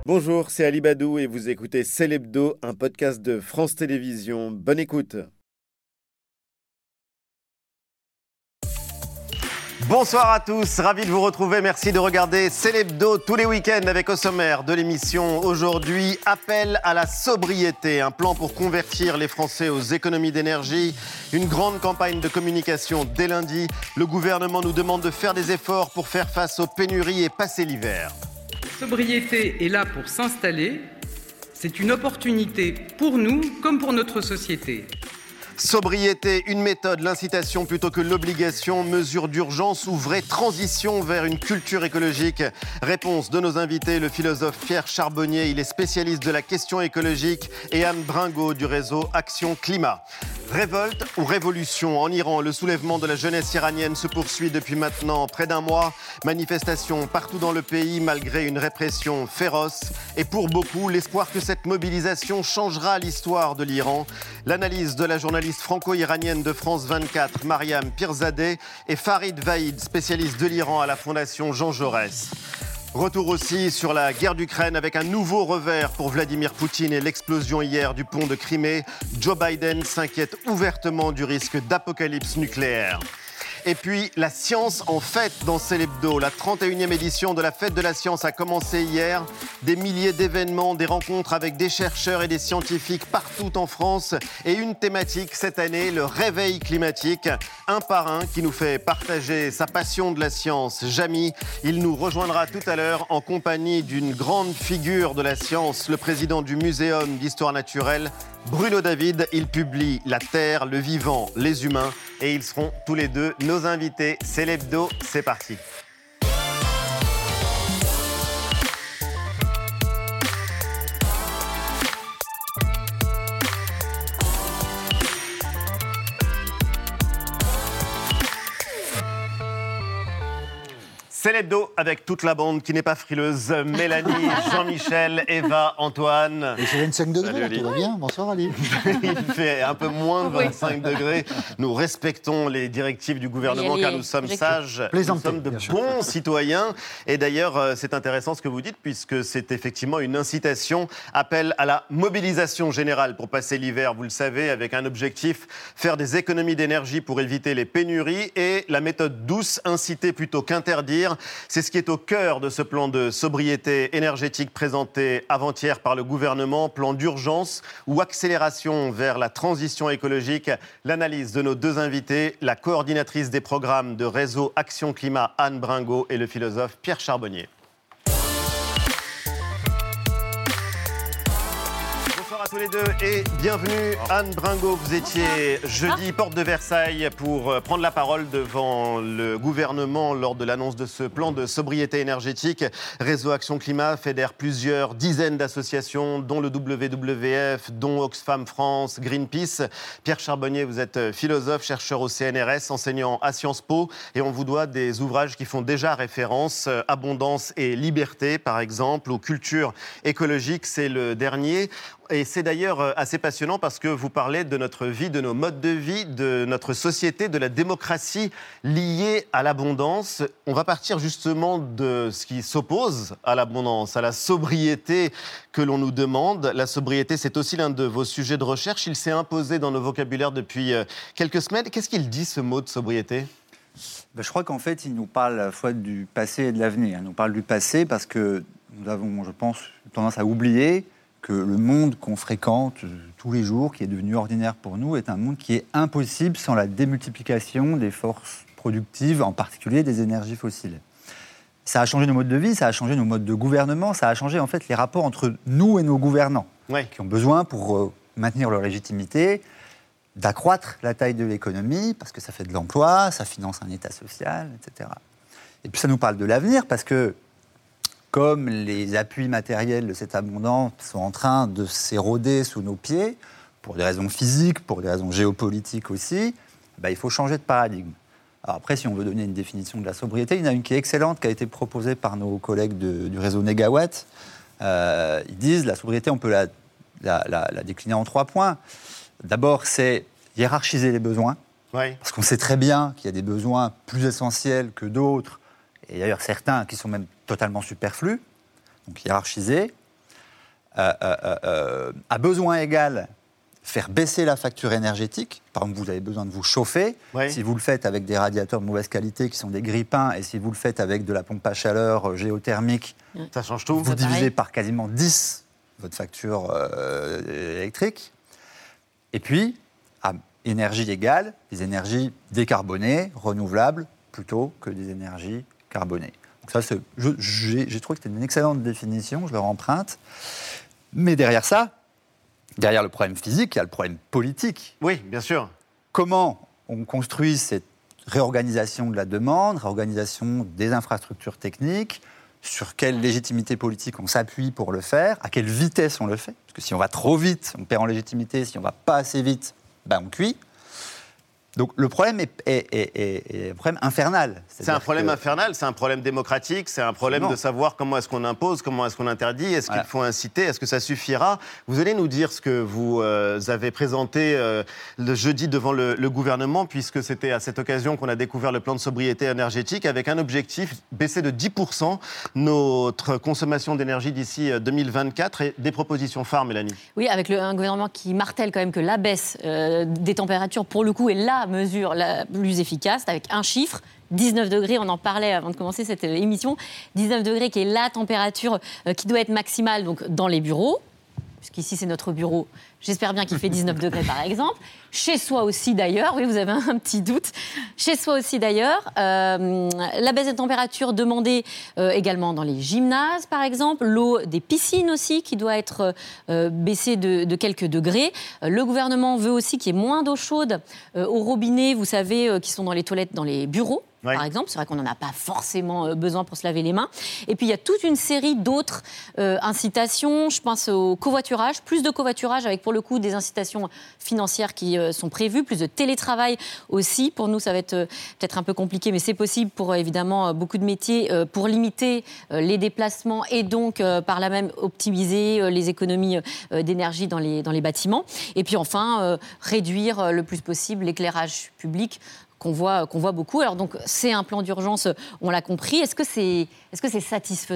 Bonjour, c'est Ali Badou et vous écoutez C'est l'Hebdo, un podcast de France Télévisions. Bonne écoute. Bonsoir à tous, ravi de vous retrouver. Merci de regarder C'est l'Hebdo tous les week-ends avec au sommaire de l'émission. Aujourd'hui, appel à la sobriété, un plan pour convertir les Français aux économies d'énergie. Une grande campagne de communication dès lundi. Le gouvernement nous demande de faire des efforts pour faire face aux pénuries et passer l'hiver. La sobriété est là pour s'installer. C'est une opportunité pour nous comme pour notre société. Sobriété, une méthode, l'incitation plutôt que l'obligation, mesure d'urgence ou vraie transition vers une culture écologique. Réponse de nos invités, le philosophe Pierre Charbonnier, il est spécialiste de la question écologique, et Anne Bringo du réseau Action Climat. Révolte ou révolution en Iran, le soulèvement de la jeunesse iranienne se poursuit depuis maintenant près d'un mois. Manifestations partout dans le pays malgré une répression féroce. Et pour beaucoup, l'espoir que cette mobilisation changera l'histoire de l'Iran. L'analyse de la journaliste franco-iranienne de France 24, Mariam Pirzadeh, et Farid Vaïd, spécialiste de l'Iran à la Fondation Jean Jaurès. Retour aussi sur la guerre d'Ukraine avec un nouveau revers pour Vladimir Poutine et l'explosion hier du pont de Crimée. Joe Biden s'inquiète ouvertement du risque d'apocalypse nucléaire. Et puis, la science en fête dans C'est l'Hebdo. La 31e édition de la Fête de la Science a commencé hier. Des milliers d'événements, des rencontres avec des chercheurs et des scientifiques partout en France. Et une thématique cette année, le réveil climatique. Un parrain qui nous fait partager sa passion de la science, Jamy. Il nous rejoindra tout à l'heure en compagnie d'une grande figure de la science, le président du Muséum d'Histoire naturelle, Bruno David. Il publie La Terre, le vivant, les humains. Et ils seront tous les deux nos invités. C'est l'Hebdo, c'est parti. C'est l'Hebdo avec toute la bande qui n'est pas frileuse. Mélanie, Jean-Michel, Eva, Antoine. Il fait 25 degrés, tout va bien. Bonsoir Ali. Il fait un peu moins de 25 degrés. Nous respectons les directives du gouvernement car nous sommes sages, nous sommes de bons citoyens. Et d'ailleurs, c'est intéressant ce que vous dites puisque c'est effectivement une incitation, appel à la mobilisation générale pour passer l'hiver, vous le savez, avec un objectif, faire des économies d'énergie pour éviter les pénuries et la méthode douce, inciter plutôt qu'interdire. C'est ce qui est au cœur de ce plan de sobriété énergétique présenté avant-hier par le gouvernement, plan d'urgence ou accélération vers la transition écologique. L'analyse de nos deux invités, la coordinatrice des programmes de réseau Action Climat, Anne Bringo, et le philosophe Pierre Charbonnier. Bonsoir à tous les deux et bienvenue. Anne Bringo, vous étiez jeudi porte de Versailles pour prendre la parole devant le gouvernement lors de l'annonce de ce plan de sobriété énergétique. Réseau Action Climat fédère plusieurs dizaines d'associations, dont le WWF, dont Oxfam France, Greenpeace. Pierre Charbonnier, vous êtes philosophe, chercheur au CNRS, enseignant à Sciences Po, et on vous doit des ouvrages qui font déjà référence, Abondance et Liberté, par exemple, ou Culture écologique, c'est le dernier. Et c'est d'ailleurs assez passionnant parce que vous parlez de notre vie, de nos modes de vie, de notre société, de la démocratie liée à l'abondance. On va partir justement de ce qui s'oppose à l'abondance, à la sobriété que l'on nous demande. La sobriété, c'est aussi l'un de vos sujets de recherche. Il s'est imposé dans nos vocabulaires depuis quelques semaines. Qu'est-ce qu'il dit, ce mot de sobriété ? Je crois qu'en fait, il nous parle à la fois du passé et de l'avenir. Il nous parle du passé parce que nous avons, je pense, tendance à oublier que le monde qu'on fréquente tous les jours, qui est devenu ordinaire pour nous, est un monde qui est impossible sans la démultiplication des forces productives, en particulier des énergies fossiles. Ça a changé nos modes de vie, ça a changé nos modes de gouvernement, ça a changé en fait les rapports entre nous et nos gouvernants, qui ont besoin, pour maintenir leur légitimité, d'accroître la taille de l'économie, parce que ça fait de l'emploi, ça finance un État social, etc. Et puis ça nous parle de l'avenir, parce que comme les appuis matériels de cette abondance sont en train de s'éroder sous nos pieds, pour des raisons physiques, pour des raisons géopolitiques aussi, il faut changer de paradigme. Alors après, si on veut donner une définition de la sobriété, il y en a une qui est excellente, qui a été proposée par nos collègues du réseau Négawatt. Ils disent la sobriété, on peut la décliner en 3 points. D'abord, c'est hiérarchiser les besoins, parce qu'on sait très bien qu'il y a des besoins plus essentiels que d'autres, et d'ailleurs certains qui sont même totalement superflus, donc hiérarchiser. à besoin égal, faire baisser la facture énergétique. Par exemple, vous avez besoin de vous chauffer. Oui. Si vous le faites avec des radiateurs de mauvaise qualité qui sont des grille-pains, et si vous le faites avec de la pompe à chaleur géothermique, Ça change tout. vous divisez par quasiment 10 votre facture électrique. Et puis, à énergie égale, des énergies décarbonées, renouvelables, plutôt que des énergies carbonées. Donc ça, j'ai trouvé que c'était une excellente définition, je leur emprunte. Mais derrière ça, derrière le problème physique, il y a le problème politique. Oui, bien sûr. Comment on construit cette réorganisation de la demande, réorganisation des infrastructures techniques, sur quelle légitimité politique on s'appuie pour le faire, à quelle vitesse on le fait. Parce que si on va trop vite, on perd en légitimité. Si on ne va pas assez vite, on cuit. Donc le problème est un problème infernal. C'est un problème infernal, c'est un problème démocratique, c'est un problème de savoir comment est-ce qu'on impose, comment est-ce qu'on interdit, est-ce qu'il faut inciter, est-ce que ça suffira. Vous allez nous dire ce que vous avez présenté le jeudi devant le gouvernement, puisque c'était à cette occasion qu'on a découvert le plan de sobriété énergétique avec un objectif, baisser de 10% notre consommation d'énergie d'ici 2024 et des propositions phares, Mélanie. Oui, avec un gouvernement qui martèle quand même que la baisse des températures, pour le coup, est la mesure la plus efficace, avec un chiffre, 19 degrés, on en parlait avant de commencer cette émission, 19 degrés qui est la température qui doit être maximale donc, dans les bureaux, puisqu'ici c'est notre bureau, j'espère bien qu'il fait 19 degrés par exemple, chez soi aussi d'ailleurs, oui vous avez un petit doute, chez soi aussi d'ailleurs, la baisse de température demandée également dans les gymnases par exemple, l'eau des piscines aussi qui doit être baissée de quelques degrés, le gouvernement veut aussi qu'il y ait moins d'eau chaude au robinet, vous savez, qui sont dans les toilettes, dans les bureaux. Oui. Par exemple, c'est vrai qu'on n'en a pas forcément besoin pour se laver les mains. Et puis, il y a toute une série d'autres incitations. Je pense au covoiturage, plus de covoiturage avec, pour le coup, des incitations financières qui sont prévues, plus de télétravail aussi. Pour nous, ça va être peut-être un peu compliqué, mais c'est possible pour, évidemment, beaucoup de métiers, pour limiter les déplacements et donc, par là même, optimiser les économies d'énergie dans les bâtiments. Et puis, enfin, réduire le plus possible l'éclairage public qu'on voit beaucoup. Alors donc, c'est un plan d'urgence, on l'a compris. Est-ce que c'est satisfaisant ?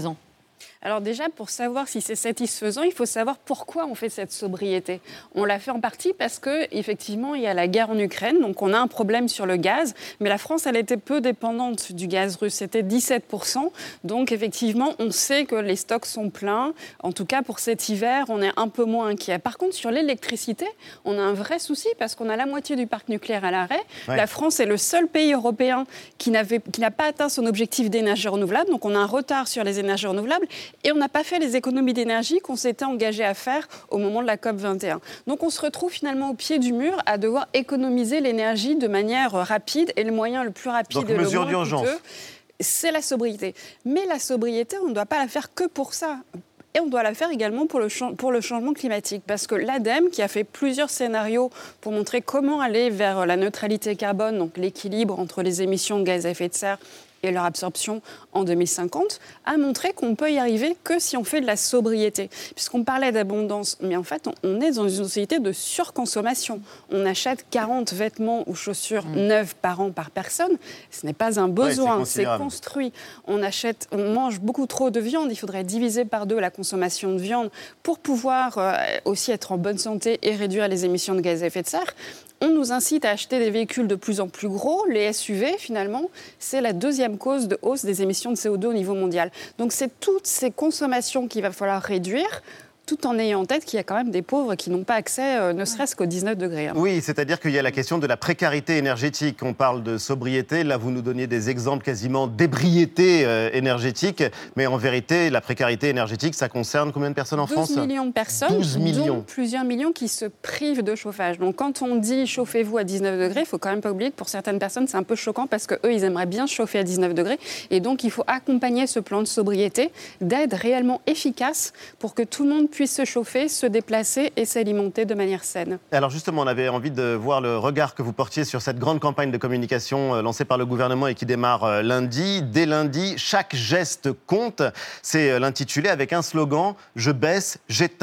Alors déjà, pour savoir si c'est satisfaisant, il faut savoir pourquoi on fait cette sobriété. On l'a fait en partie parce qu'effectivement, il y a la guerre en Ukraine, donc on a un problème sur le gaz, mais la France, elle était peu dépendante du gaz russe, c'était 17%, donc effectivement, on sait que les stocks sont pleins, en tout cas pour cet hiver, on est un peu moins inquiet. Par contre, sur l'électricité, on a un vrai souci parce qu'on a la moitié du parc nucléaire à l'arrêt. Ouais. La France est le seul pays européen qui n'a pas atteint son objectif d'énergie renouvelable, donc on a un retard sur les énergies renouvelables. Et on n'a pas fait les économies d'énergie qu'on s'était engagé à faire au moment de la COP21. Donc on se retrouve finalement au pied du mur à devoir économiser l'énergie de manière rapide et le moyen le plus rapide donc, et le mesure moins d'urgence. coûteux, c'est la sobriété. Mais la sobriété, on ne doit pas la faire que pour ça. Et on doit la faire également pour le changement climatique. Parce que l'ADEME, qui a fait plusieurs scénarios pour montrer comment aller vers la neutralité carbone, donc l'équilibre entre les émissions de gaz à effet de serre et leur absorption en 2050, a montré qu'on ne peut y arriver que si on fait de la sobriété. Puisqu'on parlait d'abondance, mais en fait, on est dans une société de surconsommation. On achète 40 vêtements ou chaussures neuves par an par personne. Ce n'est pas un besoin, c'est construit. On mange beaucoup trop de viande. Il faudrait diviser par 2 la consommation de viande pour pouvoir aussi être en bonne santé et réduire les émissions de gaz à effet de serre. On nous incite à acheter des véhicules de plus en plus gros. Les SUV, finalement, c'est la deuxième cause de hausse des émissions de CO2 au niveau mondial. Donc, c'est toutes ces consommations qu'il va falloir réduire, tout en ayant en tête qu'il y a quand même des pauvres qui n'ont pas accès, ne serait-ce qu'aux 19 degrés. Oui, c'est-à-dire qu'il y a la question de la précarité énergétique. On parle de sobriété, là vous nous donniez des exemples quasiment d'ébriété énergétique, mais en vérité, la précarité énergétique, ça concerne combien de personnes en France ? 12 millions de personnes, 12 millions. dont plusieurs millions qui se privent de chauffage. Donc quand on dit chauffez-vous à 19 degrés, il ne faut quand même pas oublier que pour certaines personnes, c'est un peu choquant parce qu'eux, ils aimeraient bien chauffer à 19 degrés. Et donc il faut accompagner ce plan de sobriété d'aide réellement efficace pour que tout le monde puisse se chauffer, se déplacer et s'alimenter de manière saine. Alors justement, on avait envie de voir le regard que vous portiez sur cette grande campagne de communication lancée par le gouvernement et qui démarre lundi. Dès lundi, chaque geste compte. C'est l'intitulé avec un slogan « Je baisse, j'éteins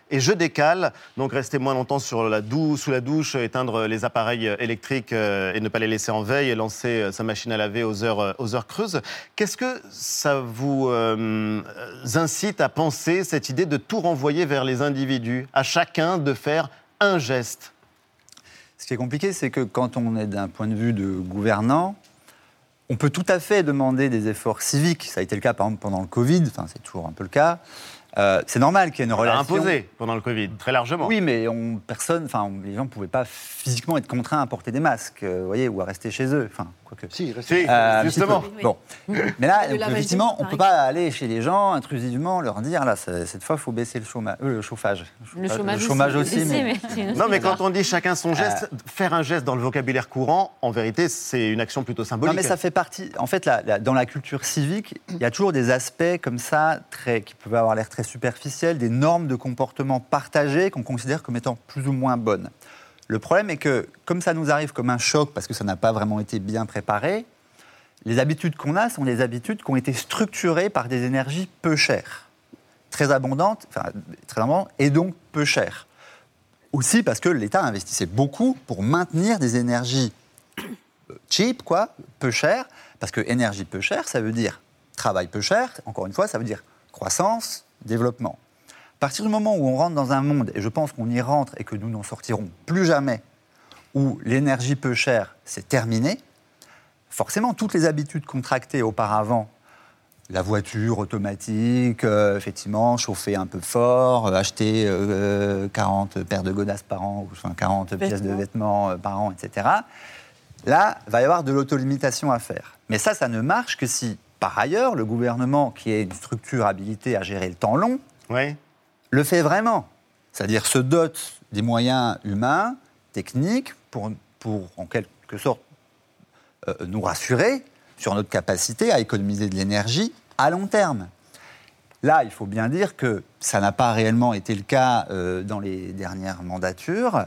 et je décale. Donc rester moins longtemps sous la douche, éteindre les appareils électriques et ne pas les laisser en veille et lancer sa machine à laver aux heures creuses. Qu'est-ce que ça vous incite à penser, cette idée de tout renvoyer vers les individus, à chacun de faire un geste ? Ce qui est compliqué, c'est que quand on est d'un point de vue de gouvernant, on peut tout à fait demander des efforts civiques. Ça a été le cas, par exemple, pendant le Covid. Enfin, c'est toujours un peu le cas. C'est normal qu'il y ait une relation... On l'a imposé pendant le Covid, très largement. Oui, mais les gens ne pouvaient pas physiquement être contraints à porter des masques, ou à rester chez eux. Enfin, quoique. Si, justement. Bon. Mais là, effectivement, on ne peut pas aller chez les gens intrusivement, leur dire, là, cette fois, il faut baisser le chauffage. Le chômage aussi. Non, mais quand on dit chacun son geste, faire un geste dans le vocabulaire courant, en vérité, c'est une action plutôt symbolique. Non, mais ça fait partie... En fait, dans la culture civique, il y a toujours des aspects comme ça, qui peuvent avoir l'air très superficiels, des normes de comportement partagées qu'on considère comme étant plus ou moins bonnes. Le problème est que, comme ça nous arrive comme un choc, parce que ça n'a pas vraiment été bien préparé, les habitudes qu'on a sont des habitudes qui ont été structurées par des énergies peu chères, très abondantes, et donc peu chères. Aussi parce que l'État investissait beaucoup pour maintenir des énergies cheap, peu chères, parce que énergie peu chère, ça veut dire travail peu cher, encore une fois, ça veut dire croissance, développement. À partir du moment où on rentre dans un monde, et je pense qu'on y rentre et que nous n'en sortirons plus jamais, où l'énergie peu chère, c'est terminé, forcément, toutes les habitudes contractées auparavant, la voiture automatique, effectivement, chauffer un peu fort, acheter 40 paires de godasses par an, 40 pièces de vêtements par an, etc., là, il va y avoir de l'autolimitation à faire. Mais ça ne marche que si, par ailleurs, le gouvernement, qui est une structure habilitée à gérer le temps long, le fait vraiment. C'est-à-dire se dote des moyens humains, techniques, pour en quelque sorte nous rassurer sur notre capacité à économiser de l'énergie à long terme. Là, il faut bien dire que ça n'a pas réellement été le cas dans les dernières mandatures.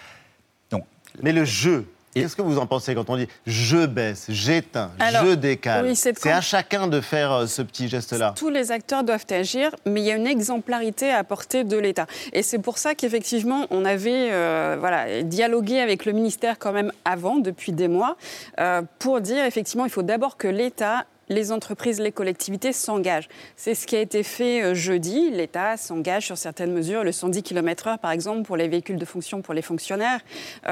Mais le jeu... Qu'est-ce que vous en pensez quand on dit « je baisse, j'éteins, je décale » C'est à chacun de faire ce petit geste-là. Tous les acteurs doivent agir, mais il y a une exemplarité à apporter de l'État. Et c'est pour ça qu'effectivement, on avait dialogué avec le ministère quand même avant, depuis des mois, pour dire effectivement, il faut d'abord que l'État... les entreprises, les collectivités s'engagent. C'est ce qui a été fait jeudi. L'État s'engage sur certaines mesures, le 110 km/h par exemple pour les véhicules de fonction pour les fonctionnaires,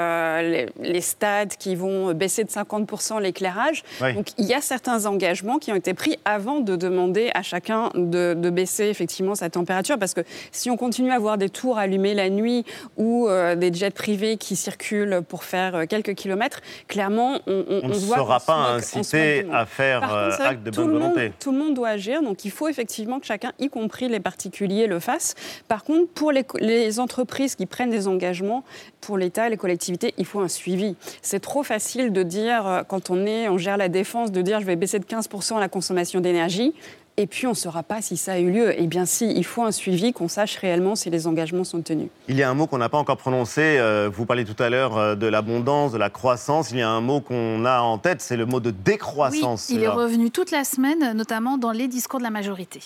les stades qui vont baisser de 50% l'éclairage. Oui. Donc il y a certains engagements qui ont été pris avant de demander à chacun de baisser effectivement sa température, parce que si on continue à voir des tours allumées la nuit ou des jets privés qui circulent pour faire quelques kilomètres, clairement on ne sera pas incité à faire... Tout le monde doit agir, donc il faut effectivement que chacun, y compris les particuliers, le fasse. Par contre, pour les entreprises qui prennent des engagements, pour l'État et les collectivités, il faut un suivi. C'est trop facile de dire, quand on gère la défense, de dire je vais baisser de 15% la consommation d'énergie. Et puis, on ne saura pas si ça a eu lieu. Eh bien, si, il faut un suivi, qu'on sache réellement si les engagements sont tenus. Il y a un mot qu'on n'a pas encore prononcé. Vous parliez tout à l'heure de l'abondance, de la croissance. Il y a un mot qu'on a en tête, c'est le mot de décroissance. Oui, il est revenu toute la semaine, notamment dans les discours de la majorité.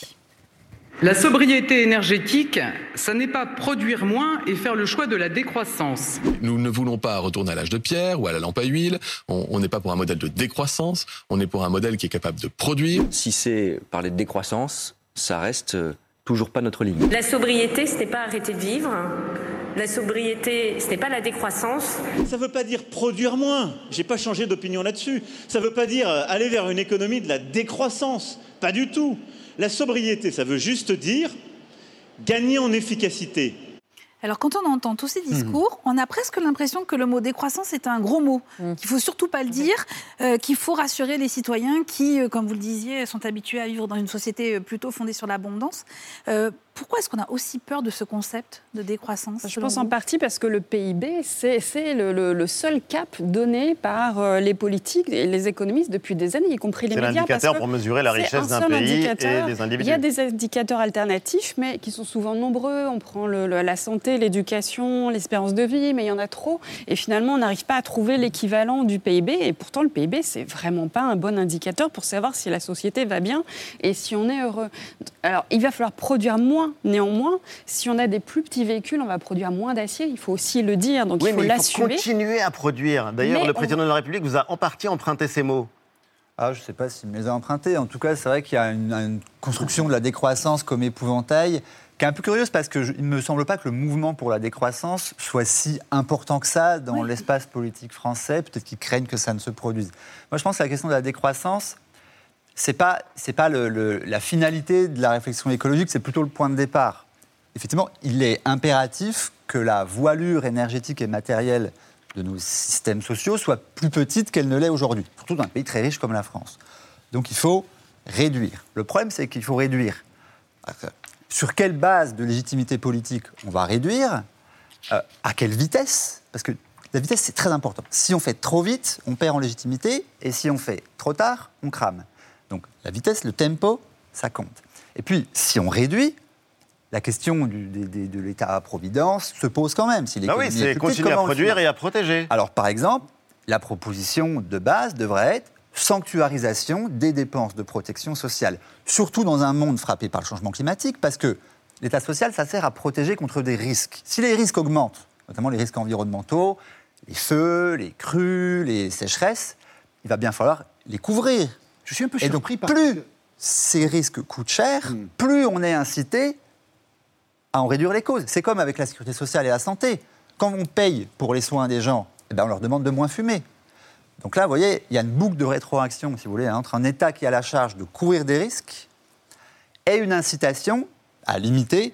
La sobriété énergétique, ça n'est pas produire moins et faire le choix de la décroissance. Nous ne voulons pas retourner à l'âge de pierre ou à la lampe à huile. On n'est pas pour un modèle de décroissance, on est pour un modèle qui est capable de produire. Si c'est parler de décroissance, ça reste toujours pas notre ligne. La sobriété, ce n'est pas arrêter de vivre. La sobriété, ce n'est pas la décroissance. Ça ne veut pas dire produire moins. J'ai pas changé d'opinion là-dessus. Ça ne veut pas dire aller vers une économie de la décroissance. Pas du tout. La sobriété, ça veut juste dire gagner en efficacité. Alors, quand on entend tous ces discours, on a presque l'impression que le mot décroissance est un gros mot, qu'il ne faut surtout pas le dire, qu'il faut rassurer les citoyens qui, comme vous le disiez, sont habitués à vivre dans une société plutôt fondée sur l'abondance. Pourquoi est-ce qu'on a aussi peur de ce concept de décroissance ? Je pense en partie parce que le PIB, c'est le seul cap donné par les politiques et les économistes depuis des années, y compris les médias. C'est l'indicateur pour mesurer la richesse d'un pays et des individus. Il y a des indicateurs alternatifs, mais qui sont souvent nombreux. On prend la santé, santé, l'éducation, l'espérance de vie, mais il y en a trop. Et finalement, on n'arrive pas à trouver l'équivalent du PIB. Et pourtant, le PIB, c'est vraiment pas un bon indicateur pour savoir si la société va bien et si on est heureux. Alors, il va falloir produire moins. Néanmoins, si on a des plus petits véhicules, on va produire moins d'acier. Il faut aussi le dire. Donc, il faut l'assumer. Il faut continuer à produire. D'ailleurs, le président de la République vous a en partie emprunté ces mots. Je ne sais pas s'il me les a empruntés. En tout cas, c'est vrai qu'il y a une construction de la décroissance comme épouvantail qui est un peu curieuse parce qu'il ne me semble pas que le mouvement pour la décroissance soit si important que ça dans l'espace politique français. Peut-être qu'ils craignent que ça ne se produise. Moi, je pense que la question de la décroissance, c'est pas la finalité de la réflexion écologique, c'est plutôt le point de départ. Effectivement, il est impératif que la voilure énergétique et matérielle de nos systèmes sociaux soit plus petite qu'elle ne l'est aujourd'hui, surtout dans un pays très riche comme la France. Donc il faut réduire. Le problème, c'est qu'il faut réduire. Sur quelle base de légitimité politique on va réduire ? À quelle vitesse ? Parce que la vitesse, c'est très important. Si on fait trop vite, on perd en légitimité, et si on fait trop tard, on crame. Donc la vitesse, le tempo, ça compte. Et puis, si on réduit, la question de l'État-providence se pose quand même. Si oui, c'est continuer à produire et à protéger. Alors, par exemple, la proposition de base devrait être sanctuarisation des dépenses de protection sociale, surtout dans un monde frappé par le changement climatique, parce que l'État social, ça sert à protéger contre des risques. Si les risques augmentent, notamment les risques environnementaux, les feux, les crues, les sécheresses, il va bien falloir les couvrir. Je suis un peu surpris parce que plus ces risques coûtent cher, plus on est incité à en réduire les causes. C'est comme avec la sécurité sociale et la santé. Quand on paye pour les soins des gens, on leur demande de moins fumer. Donc là, vous voyez, il y a une boucle de rétroaction, si vous voulez, entre un État qui a la charge de couvrir des risques et une incitation à limiter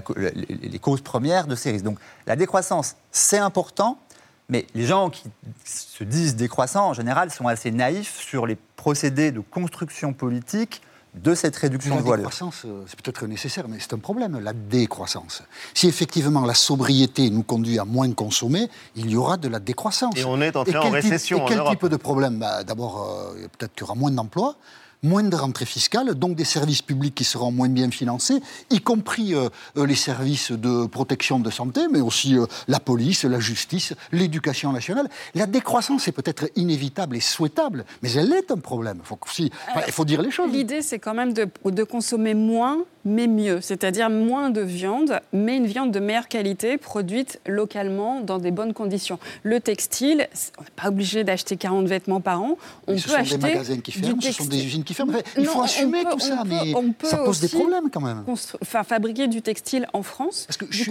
les causes premières de ces risques. Donc la décroissance, c'est important, mais les gens qui se disent décroissants, en général, sont assez naïfs sur les procédés de construction politique de cette réduction de voilure. La décroissance, c'est peut-être nécessaire, mais c'est un problème, la décroissance. Si effectivement la sobriété nous conduit à moins consommer, il y aura de la décroissance. Et on est entré en récession en Europe. Et quel type de problème ? D'abord, peut-être qu'il y aura moins d'emplois, moins de rentrées fiscales, donc des services publics qui seront moins bien financés, y compris les services de protection de santé, mais aussi la police, la justice, l'éducation nationale. La décroissance est peut-être inévitable et souhaitable, mais elle est un problème. Il faut dire les choses. L'idée, c'est quand même de consommer moins, mais mieux. C'est-à-dire moins de viande, mais une viande de meilleure qualité, produite localement, dans des bonnes conditions. Le textile, on n'est pas obligé d'acheter 40 vêtements par an. On peut acheter des magasins qui ferment, ce sont des usines qui ferment. Il faut assumer tout ça, mais ça pose des problèmes quand même. Fabriquer du textile en France,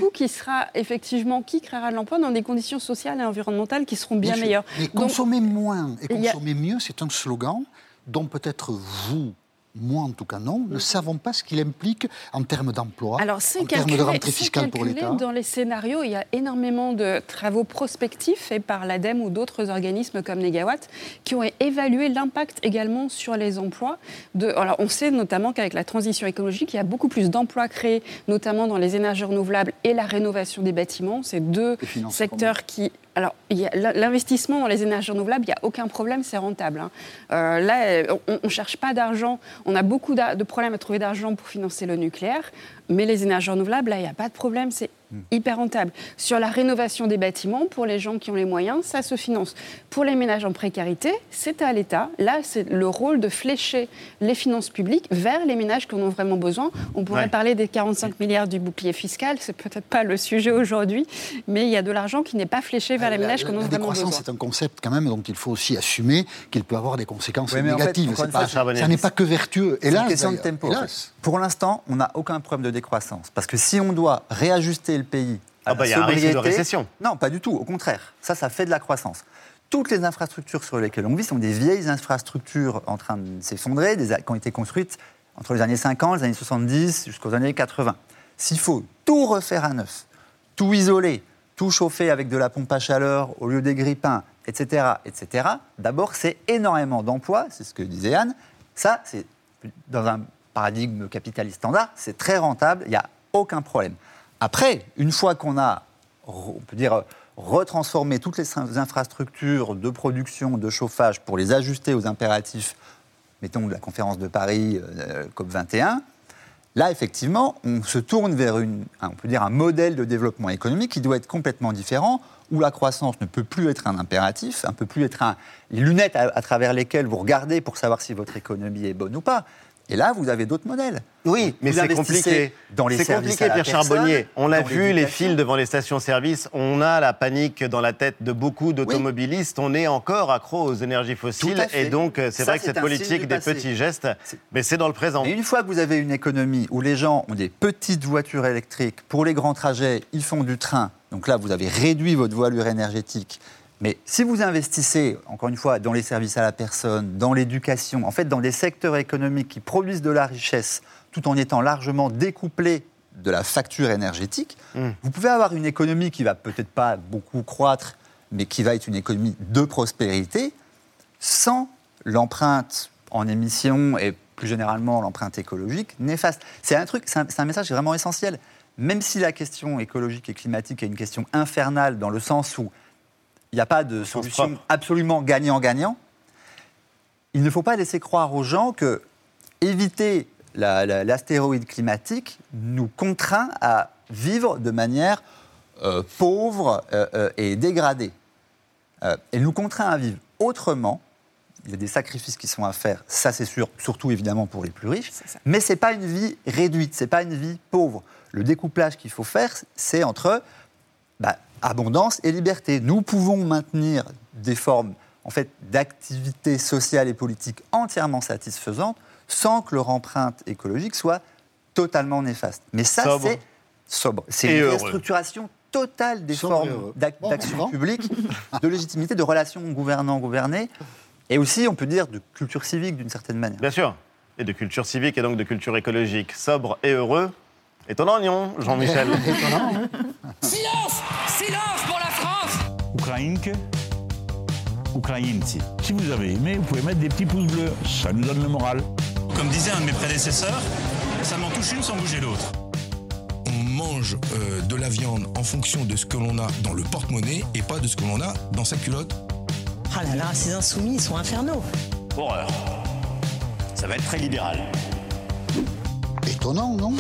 qui créera de l'emploi dans des conditions sociales et environnementales qui seront bien meilleures. Mais consommer moins et consommer mieux, c'est un slogan dont peut-être vous, moi en tout cas non, ne savons pas ce qu'il implique en termes d'emploi, en termes de rentrée fiscale pour l'État. Dans les scénarios, il y a énormément de travaux prospectifs faits par l'ADEME ou d'autres organismes comme Negawatt qui ont évalué l'impact également sur les emplois. Alors on sait notamment qu'avec la transition écologique, il y a beaucoup plus d'emplois créés, notamment dans les énergies renouvelables et la rénovation des bâtiments. C'est deux secteurs qui... Alors, l'investissement dans les énergies renouvelables, il n'y a aucun problème, c'est rentable. Là, on ne cherche pas d'argent. On a beaucoup de problèmes à trouver d'argent pour financer le nucléaire. Mais les énergies renouvelables, là, il n'y a pas de problème, c'est hyper rentable. Sur la rénovation des bâtiments, pour les gens qui ont les moyens, ça se finance. Pour les ménages en précarité, c'est à l'État. Là, c'est le rôle de flécher les finances publiques vers les ménages qui en ont vraiment besoin. On pourrait parler des 45 milliards du bouclier fiscal, c'est peut-être pas le sujet aujourd'hui, mais il y a de l'argent qui n'est pas fléché vers les ménages qui en ont vraiment besoin. La décroissance, c'est un concept quand même dont il faut aussi assumer qu'il peut avoir des conséquences négatives. Ça n'est pas que vertueux. C'est une question de tempo. Pour l'instant, on n'a aucun problème de décroissance. Parce que si on doit réajuster le pays à la sobriété... Il y a un risque de récession. Non, pas du tout. Au contraire. Ça fait de la croissance. Toutes les infrastructures sur lesquelles on vit sont des vieilles infrastructures en train de s'effondrer, qui ont été construites entre les années 50, les années 70 jusqu'aux années 80. S'il faut tout refaire à neuf, tout isoler, tout chauffer avec de la pompe à chaleur au lieu des grippins, etc., d'abord, c'est énormément d'emplois, c'est ce que disait Anne. Ça, c'est dans un paradigme capitaliste standard, c'est très rentable, il n'y a aucun problème. Après, une fois qu'on a, on peut dire, retransformé toutes les infrastructures de production, de chauffage pour les ajuster aux impératifs, mettons, de la conférence de Paris, COP21, Là, effectivement, on se tourne vers on peut dire un modèle de développement économique qui doit être complètement différent, où la croissance ne peut plus être un impératif, ne peut plus être les lunettes à travers lesquelles vous regardez pour savoir si votre économie est bonne ou pas. Et là, vous avez d'autres modèles. Oui, mais c'est compliqué. C'est compliqué, Pierre Charbonnier. On l'a vu, les files devant les stations-service, on a la panique dans la tête de beaucoup d'automobilistes. Oui. On est encore accro aux énergies fossiles. Et donc, c'est vrai que cette politique des petits gestes, mais c'est dans le présent. Et une fois que vous avez une économie où les gens ont des petites voitures électriques, pour les grands trajets, ils font du train. Donc là, vous avez réduit votre voilure énergétique. Mais si vous investissez, encore une fois, dans les services à la personne, dans l'éducation, en fait, dans des secteurs économiques qui produisent de la richesse, tout en étant largement découplés de la facture énergétique, vous pouvez avoir une économie qui va peut-être pas beaucoup croître, mais qui va être une économie de prospérité, sans l'empreinte en émissions et plus généralement l'empreinte écologique néfaste. C'est un message vraiment essentiel. Même si la question écologique et climatique est une question infernale dans le sens où il n'y a pas de solution absolument gagnant-gagnant, il ne faut pas laisser croire aux gens que éviter l'astéroïde climatique nous contraint à vivre de manière pauvre et dégradée. Elle nous contraint à vivre autrement. Il y a des sacrifices qui sont à faire, ça c'est sûr, surtout évidemment pour les plus riches, mais ce n'est pas une vie réduite, ce n'est pas une vie pauvre. Le découplage qu'il faut faire, c'est entre abondance et liberté. Nous pouvons maintenir des formes en fait, d'activités sociales et politiques entièrement satisfaisantes sans que leur empreinte écologique soit totalement néfaste. Mais ça, c'est sobre. C'est une restructuration totale des formes d'action publique, de légitimité, de relations gouvernant-gouverné, et aussi, on peut dire, de culture civique d'une certaine manière. Bien sûr, et de culture civique et donc de culture écologique. Sobre et heureux. Étonnant, non, Jean-Michel. Silence! Silence pour la France! Ukrainke, Ukrainci. Si vous avez aimé, vous pouvez mettre des petits pouces bleus. Ça nous donne le moral. Comme disait un de mes prédécesseurs, ça m'en touche une sans bouger l'autre. On mange de la viande en fonction de ce que l'on a dans le porte-monnaie et pas de ce que l'on a dans sa culotte. Ah là là, ces insoumis, ils sont infernaux. Horreur. Ça va être très libéral. Étonnant, non ?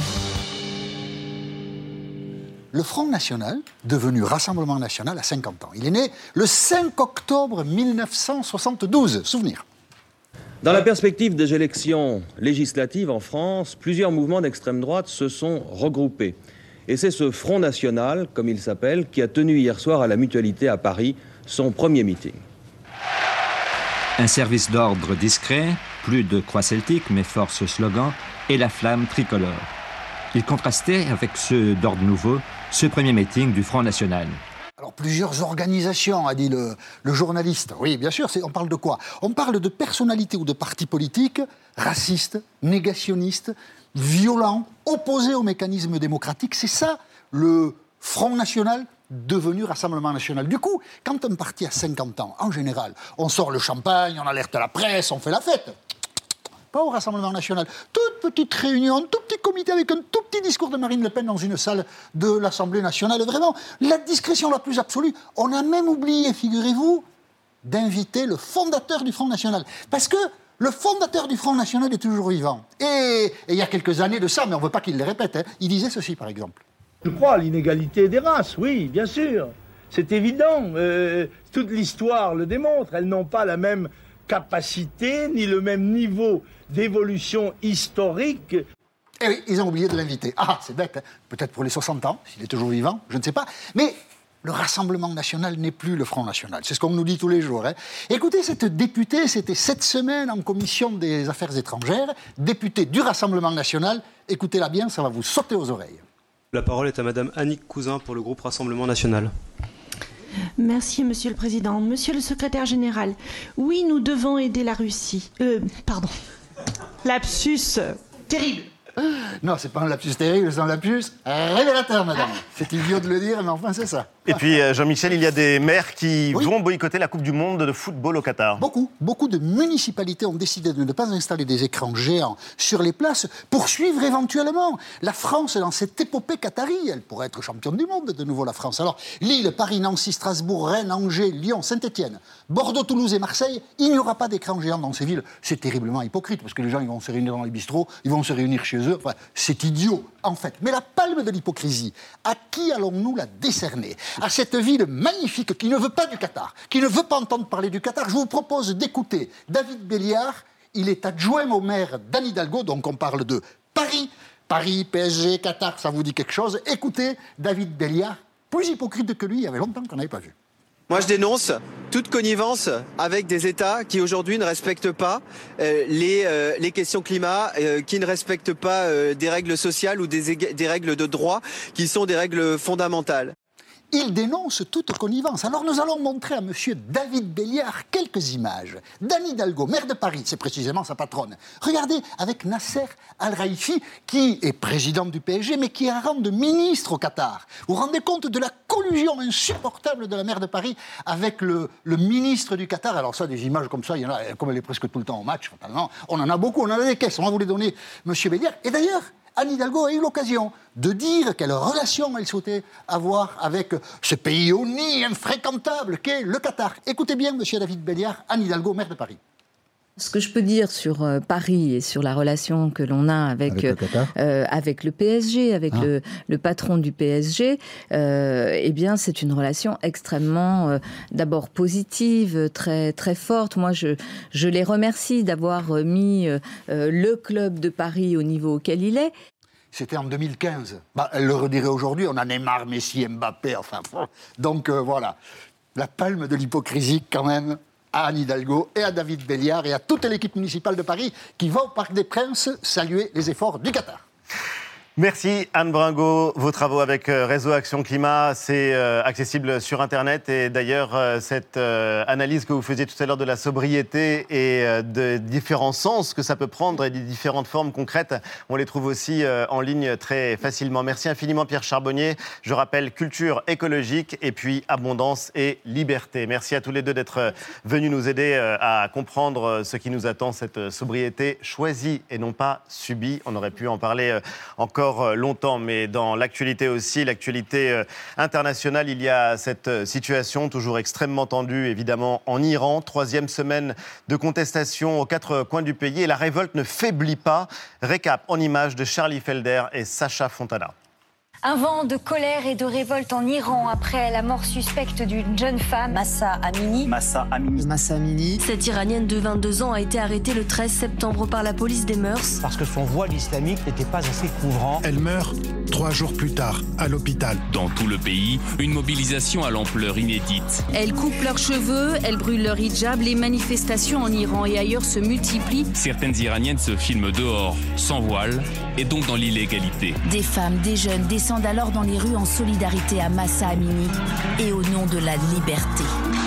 Le Front National, devenu Rassemblement National, a 50 ans. Il est né le 5 octobre 1972. Souvenir. Dans la perspective des élections législatives en France, plusieurs mouvements d'extrême droite se sont regroupés. Et c'est ce Front National, comme il s'appelle, qui a tenu hier soir à la Mutualité à Paris son premier meeting. Un service d'ordre discret, plus de croix celtiques, mais force slogan, et la flamme tricolore. Il contrastait avec ceux d'ordre nouveau, ce premier meeting du Front National. Alors, plusieurs organisations, a dit le journaliste. Oui, bien sûr, on parle de quoi ? On parle de personnalités ou de partis politiques racistes, négationnistes, violents, opposés aux mécanismes démocratiques. C'est ça, le Front National devenu Rassemblement National. Du coup, quand un parti a 50 ans, en général, on sort le champagne, on alerte la presse, on fait la fête. Pas au Rassemblement National. Toute petite réunion, un tout petit comité avec un tout petit discours de Marine Le Pen dans une salle de l'Assemblée nationale. Vraiment, la discrétion la plus absolue. On a même oublié, figurez-vous, d'inviter le fondateur du Front National. Parce que le fondateur du Front National est toujours vivant. Et il y a quelques années de ça, mais on ne veut pas qu'il le répète, il disait ceci, par exemple. Je crois à l'inégalité des races, oui, bien sûr. C'est évident. Toute l'histoire le démontre. Elles n'ont pas la même capacité ni le même niveau d'évolution historique. Eh oui, ils ont oublié de l'inviter. Ah, c'est bête, hein. Peut-être pour les 60 ans, s'il est toujours vivant, je ne sais pas. Mais le Rassemblement National n'est plus le Front National. C'est ce qu'on nous dit tous les jours. Hein. Écoutez, cette députée, c'était cette semaine en commission des affaires étrangères, députée du Rassemblement National. Écoutez-la bien, ça va vous sauter aux oreilles. La parole est à Madame Annick Cousin pour le groupe Rassemblement National. Merci, Monsieur le Président. Monsieur le Secrétaire Général, oui, nous devons aider la Russie. Lapsus terrible. Non, c'est pas un lapsus terrible, c'est un lapsus révélateur, madame. C'est idiot de le dire, mais enfin, c'est ça. Et puis, Jean-Michel, il y a des maires qui vont boycotter la Coupe du Monde de football au Qatar. Beaucoup de municipalités ont décidé de ne pas installer des écrans géants sur les places pour suivre éventuellement la France dans cette épopée qatari. Elle pourrait être championne du monde de nouveau, la France. Alors, Lille, Paris, Nancy, Strasbourg, Rennes, Angers, Lyon, Saint-Étienne, Bordeaux, Toulouse et Marseille, il n'y aura pas d'écran géant dans ces villes. C'est terriblement hypocrite parce que les gens ils vont se réunir dans les bistrots, ils vont se réunir chez eux. Enfin, c'est idiot, en fait. Mais la palme de l'hypocrisie, à qui allons-nous la décerner? À cette ville magnifique qui ne veut pas du Qatar, qui ne veut pas entendre parler du Qatar. Je vous propose d'écouter David Béliard. Il est adjoint au maire d'Anne Hidalgo, donc on parle de Paris. Paris, PSG, Qatar, ça vous dit quelque chose? Écoutez David Béliard, plus hypocrite que lui, il y avait longtemps qu'on n'avait pas vu. Moi, je dénonce toute connivence avec des États qui aujourd'hui ne respectent pas les questions climat, qui ne respectent pas des règles sociales ou des règles de droit qui sont des règles fondamentales. Il dénonce toute connivence. Alors nous allons montrer à M. David Béliard quelques images. d'Anne Hidalgo, maire de Paris, c'est précisément sa patronne. Regardez, avec Nasser Al-Raifi, qui est président du PSG, mais qui est un rang de ministre au Qatar. Vous vous rendez compte de la collusion insupportable de la maire de Paris avec le ministre du Qatar? Alors ça, des images comme ça, il y en a, comme elle est presque tout le temps au match, fatalement, on en a beaucoup, on en a des caisses, on va vous les donner, M. Béliard. Et d'ailleurs, Anne Hidalgo a eu l'occasion de dire quelle relation elle souhaitait avoir avec ce pays au nid infréquentable qu'est le Qatar. Écoutez bien, monsieur David Béliard, Anne Hidalgo, maire de Paris. Ce que je peux dire sur Paris et sur la relation que l'on a avec le PSG, avec le patron du PSG, eh bien, c'est une relation extrêmement, d'abord positive, très, très forte. Moi, je les remercie d'avoir mis le club de Paris au niveau auquel il est. C'était en 2015. Elle le redirait aujourd'hui, on en est marre, Messi, Mbappé, enfin... Donc voilà, la palme de l'hypocrisie quand même à Anne Hidalgo et à David Béliard et à toute l'équipe municipale de Paris qui va au Parc des Princes saluer les efforts du Qatar. Merci Anne Bringot. Vos travaux avec Réseau Action Climat, c'est accessible sur Internet. Et d'ailleurs, cette analyse que vous faisiez tout à l'heure de la sobriété et de différents sens que ça peut prendre et des différentes formes concrètes, on les trouve aussi en ligne très facilement. Merci infiniment Pierre Charbonnier. Je rappelle culture écologique et puis abondance et liberté. Merci à tous les deux d'être venus nous aider à comprendre ce qui nous attend, cette sobriété choisie et non pas subie. On aurait pu en parler encore longtemps, mais dans l'actualité aussi, l'actualité internationale, il y a cette situation toujours extrêmement tendue, évidemment, en Iran. 3e semaine de contestation aux 4 coins du pays et la révolte ne faiblit pas. Récap en images de Charlie Felder et Sacha Fontana. Un vent de colère et de révolte en Iran après la mort suspecte d'une jeune femme, Mahsa Amini. Cette Iranienne de 22 ans a été arrêtée le 13 septembre par la police des mœurs. Parce que son voile islamique n'était pas assez couvrant. Elle meurt 3 jours plus tard, à l'hôpital. Dans tout le pays, une mobilisation à l'ampleur inédite. Elles coupent leurs cheveux, elles brûlent leur hijab. Les manifestations en Iran et ailleurs se multiplient. Certaines Iraniennes se filment dehors, sans voile, et donc dans l'illégalité. Des femmes, des jeunes descendent alors dans les rues en solidarité à Mahsa Amini et au nom de la liberté.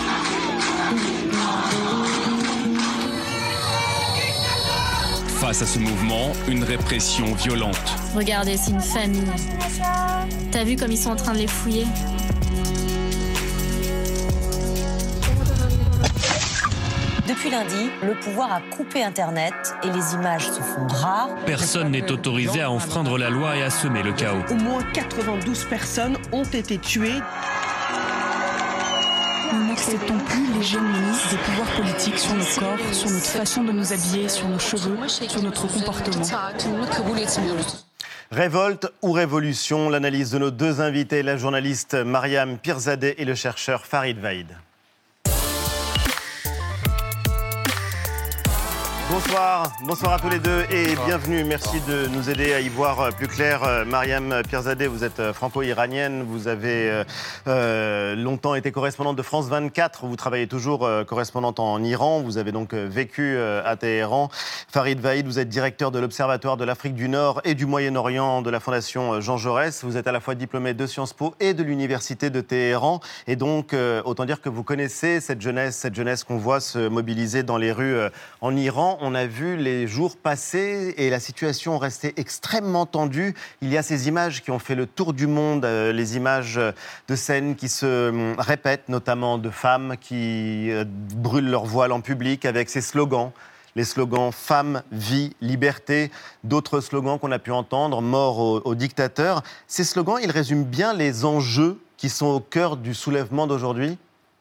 Face à ce mouvement, une répression violente. Regardez, c'est une famille. T'as vu comme ils sont en train de les fouiller ? Depuis lundi, le pouvoir a coupé Internet et les images se font rares. Personne n'est autorisé à enfreindre la loi et à semer le chaos. Au moins 92 personnes ont été tuées. Nous n'acceptons plus l'hégémonie des pouvoirs politiques sur nos corps, sur notre façon de nous habiller, sur nos cheveux, sur notre comportement. Révolte ou révolution, l'analyse de nos 2 invités, la journaliste Mariam Pirzadeh et le chercheur Farid Vaïd. Bonsoir à tous les deux et bienvenue. Merci de nous aider à y voir plus clair. Mariam Pirzadeh, vous êtes franco-iranienne, vous avez longtemps été correspondante de France 24, vous travaillez toujours correspondante en Iran, vous avez donc vécu à Téhéran. Farid Vaïd, vous êtes directeur de l'Observatoire de l'Afrique du Nord et du Moyen-Orient de la Fondation Jean Jaurès. Vous êtes à la fois diplômé de Sciences Po et de l'Université de Téhéran. Et donc, autant dire que vous connaissez cette jeunesse qu'on voit se mobiliser dans les rues en Iran. on a vu les jours passer et la situation restait extrêmement tendue. Il y a ces images qui ont fait le tour du monde, les images de scènes qui se répètent, notamment de femmes qui brûlent leur voile en public avec ces slogans. Les slogans « Femmes, vie, liberté », d'autres slogans qu'on a pu entendre, « Mort aux dictateurs ». Ces slogans, ils résument bien les enjeux qui sont au cœur du soulèvement d'aujourd'hui ?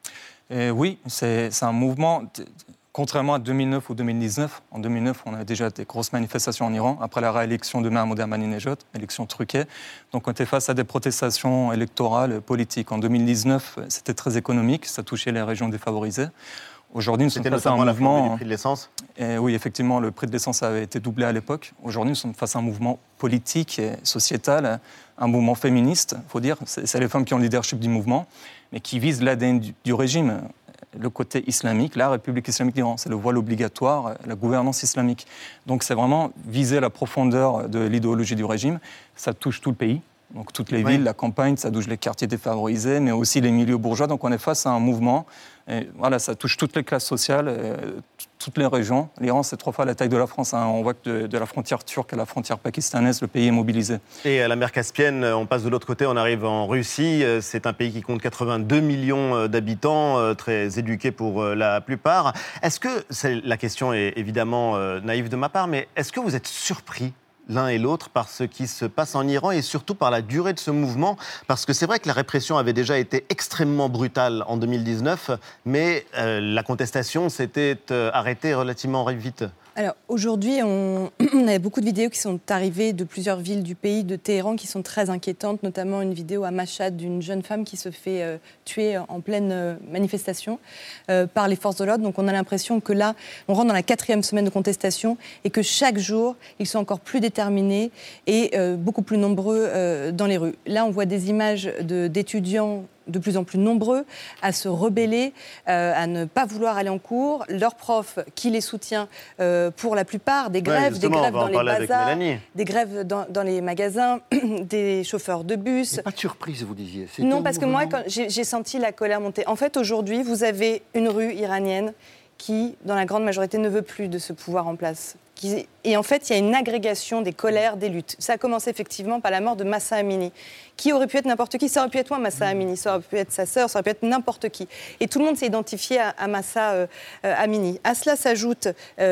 Oui, c'est un mouvement, contrairement à 2009 ou 2019. En 2009, on a déjà des grosses manifestations en Iran, après la réélection de Mahmoud Ahmadinejad, élection truquée. Donc on était face à des protestations électorales, politiques. En 2019, c'était très économique, ça touchait les régions défavorisées. Aujourd'hui, nous sommes face à un mouvement... du prix de l'essence ? Oui, effectivement, le prix de l'essence avait été doublé à l'époque. Aujourd'hui, nous sommes face à un mouvement politique et sociétal, un mouvement féministe, il faut dire. C'est les femmes qui ont le leadership du mouvement, mais qui visent l'ADN du régime, le côté islamique, la République islamique d'Iran. C'est le voile obligatoire, la gouvernance islamique. Donc c'est vraiment viser la profondeur de l'idéologie du régime. Ça touche tout le pays. Donc toutes les villes, la campagne, ça touche les quartiers défavorisés, mais aussi les milieux bourgeois. Donc on est face à un mouvement. Et voilà, ça touche toutes les classes sociales, toutes les régions. L'Iran, c'est 3 fois la taille de la France. Hein. On voit que de la frontière turque à la frontière pakistanaise, le pays est mobilisé. Et à la mer Caspienne, on passe de l'autre côté, on arrive en Russie. C'est un pays qui compte 82 millions d'habitants, très éduqués pour la plupart. Est-ce que, la question est évidemment naïve de ma part, mais est-ce que vous êtes surpris l'un et l'autre par ce qui se passe en Iran et surtout par la durée de ce mouvement, parce que c'est vrai que la répression avait déjà été extrêmement brutale en 2019, mais la contestation s'était arrêtée relativement vite. Alors aujourd'hui, on a beaucoup de vidéos qui sont arrivées de plusieurs villes du pays, de Téhéran, qui sont très inquiétantes, notamment une vidéo à Mashhad d'une jeune femme qui se fait tuer en pleine manifestation par les forces de l'ordre. Donc on a l'impression que là, on rentre dans la 4e semaine de contestation et que chaque jour, ils sont encore plus déterminés et beaucoup plus nombreux dans les rues. Là, on voit des images d'étudiants de plus en plus nombreux à se rebeller, à ne pas vouloir aller en cours. Leur prof qui les soutient pour la plupart, des grèves, des grèves dans les bazars, des grèves dans les magasins, des chauffeurs de bus. Pas de surprise, vous disiez. Non, parce que moi, quand j'ai senti la colère monter. En fait, aujourd'hui, vous avez une rue iranienne qui, dans la grande majorité, ne veut plus de ce pouvoir en place. Et en fait, il y a une agrégation des colères, des luttes. Ça a commencé effectivement par la mort de Mahsa Amini, qui aurait pu être n'importe qui. Ça aurait pu être moi, Mahsa Amini, ça aurait pu être sa sœur, ça aurait pu être n'importe qui. Et tout le monde s'est identifié à Mahsa Amini. À cela s'ajoute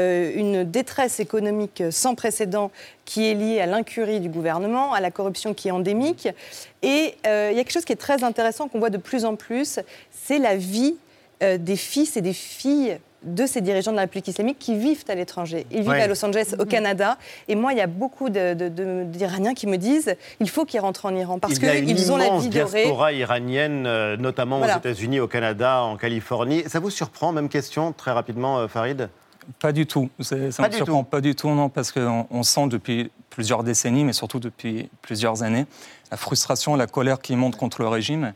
une détresse économique sans précédent qui est liée à l'incurie du gouvernement, à la corruption qui est endémique. Et il y a quelque chose qui est très intéressant qu'on voit de plus en plus, c'est la vie des fils et des filles de ces dirigeants de la République islamique qui vivent à l'étranger. Ils vivent à Los Angeles, au Canada. Et moi, il y a beaucoup d'Iraniens qui me disent il faut qu'ils rentrent en Iran parce qu'ils ont la vie dorée. Il y a une immense diaspora iranienne, notamment aux États-Unis, au Canada, en Californie. Ça vous surprend? Même question, très rapidement, Farid. Pas du tout. Ça ne me surprend pas du tout, non, parce qu'on sent depuis plusieurs décennies, mais surtout depuis plusieurs années, la frustration, la colère qui monte contre le régime.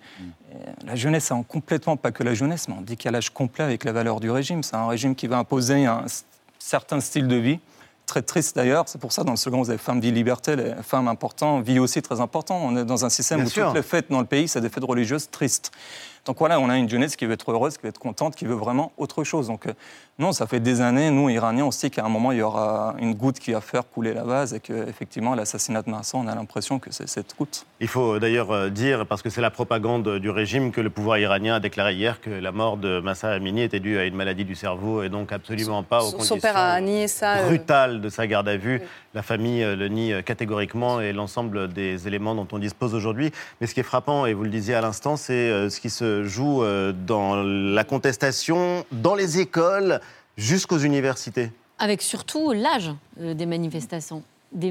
La jeunesse est complètement, pas que la jeunesse, mais en décalage complet avec la valeur du régime. C'est un régime qui va imposer un certain style de vie, très triste d'ailleurs. C'est pour ça, dans le slogan, vous avez femme, vie, liberté, les femmes importantes, vie aussi très important. On est dans un système où toutes les fêtes dans le pays, c'est des fêtes religieuses tristes. Donc voilà, on a une jeunesse qui veut être heureuse, qui veut être contente, qui veut vraiment autre chose. Donc non, ça fait des années, nous, Iraniens, on sait qu'à un moment, il y aura une goutte qui va faire couler la vase et qu'effectivement, l'assassinat de Mahsa, on a l'impression que c'est cette goutte. Il faut d'ailleurs dire, parce que c'est la propagande du régime, que le pouvoir iranien a déclaré hier que la mort de Mahsa Amini était due à une maladie du cerveau et donc absolument pas aux conditions son père a nié ça, brutales de sa garde à vue. Oui. La famille le nie catégoriquement et l'ensemble des éléments dont on dispose aujourd'hui. Mais ce qui est frappant, et vous le disiez à l'instant, c'est ce qui se joue dans la contestation, dans les écoles, jusqu'aux universités. Avec surtout l'âge des manifestants.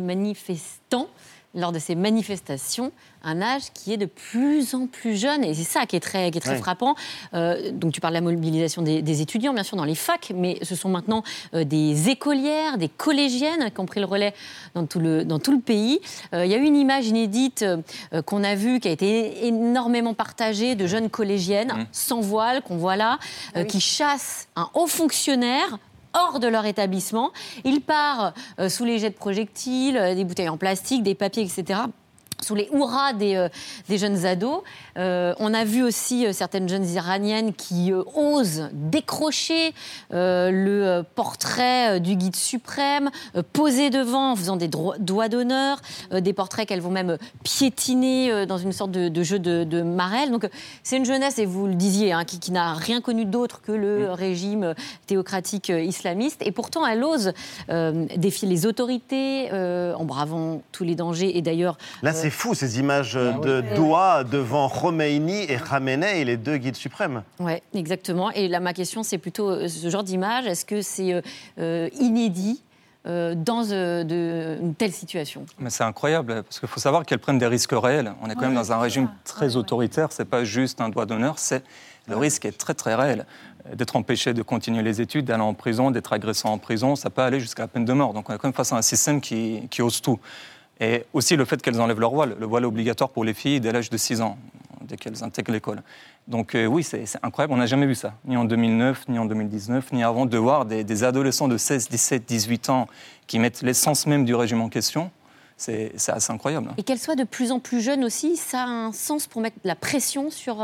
Lors de ces manifestations, un âge qui est de plus en plus jeune. Et c'est ça qui est très frappant. Donc tu parles de la mobilisation des étudiants, bien sûr, dans les facs, mais ce sont maintenant des écolières, des collégiennes qui ont pris le relais dans tout le pays. Il y a eu une image inédite qu'on a vue, qui a été énormément partagée, de jeunes collégiennes sans voile, qu'on voit là, qui chassent un haut fonctionnaire hors de leur établissement. Il part sous les jets de projectiles, des bouteilles en plastique, des papiers, etc., sous les hurrahs des jeunes ados. On a vu aussi certaines jeunes iraniennes qui osent décrocher le portrait du guide suprême, poser devant en faisant des doigts d'honneur, des portraits qu'elles vont même piétiner dans une sorte de jeu de marelle. Donc c'est une jeunesse, et vous le disiez, hein, qui n'a rien connu d'autre que le régime théocratique islamiste. Et pourtant, elle ose défier les autorités en bravant tous les dangers. Et d'ailleurs... Là, c'est fou, ces images de doigts devant Khomeini et Khamenei, les deux guides suprêmes. Oui, exactement. Et là, ma question, c'est plutôt ce genre d'image. Est-ce que c'est inédit dans une telle situation? Mais c'est incroyable, parce qu'il faut savoir qu'elles prennent des risques réels. On est quand même dans un régime très autoritaire. C'est pas juste un doigt d'honneur, le risque est très, très réel. D'être empêché de continuer les études, d'aller en prison, d'être agressé en prison, ça peut aller jusqu'à la peine de mort. Donc on est quand même face à un système qui ose tout. Et aussi le fait qu'elles enlèvent le voile obligatoire pour les filles dès l'âge de 6 ans, dès qu'elles intègrent l'école. Donc oui, c'est incroyable, on n'a jamais vu ça, ni en 2009, ni en 2019, ni avant, de voir des adolescents de 16, 17, 18 ans qui mettent l'essence même du régime en question. C'est assez incroyable. Et qu'elles soient de plus en plus jeunes aussi, ça a un sens pour mettre la pression sur...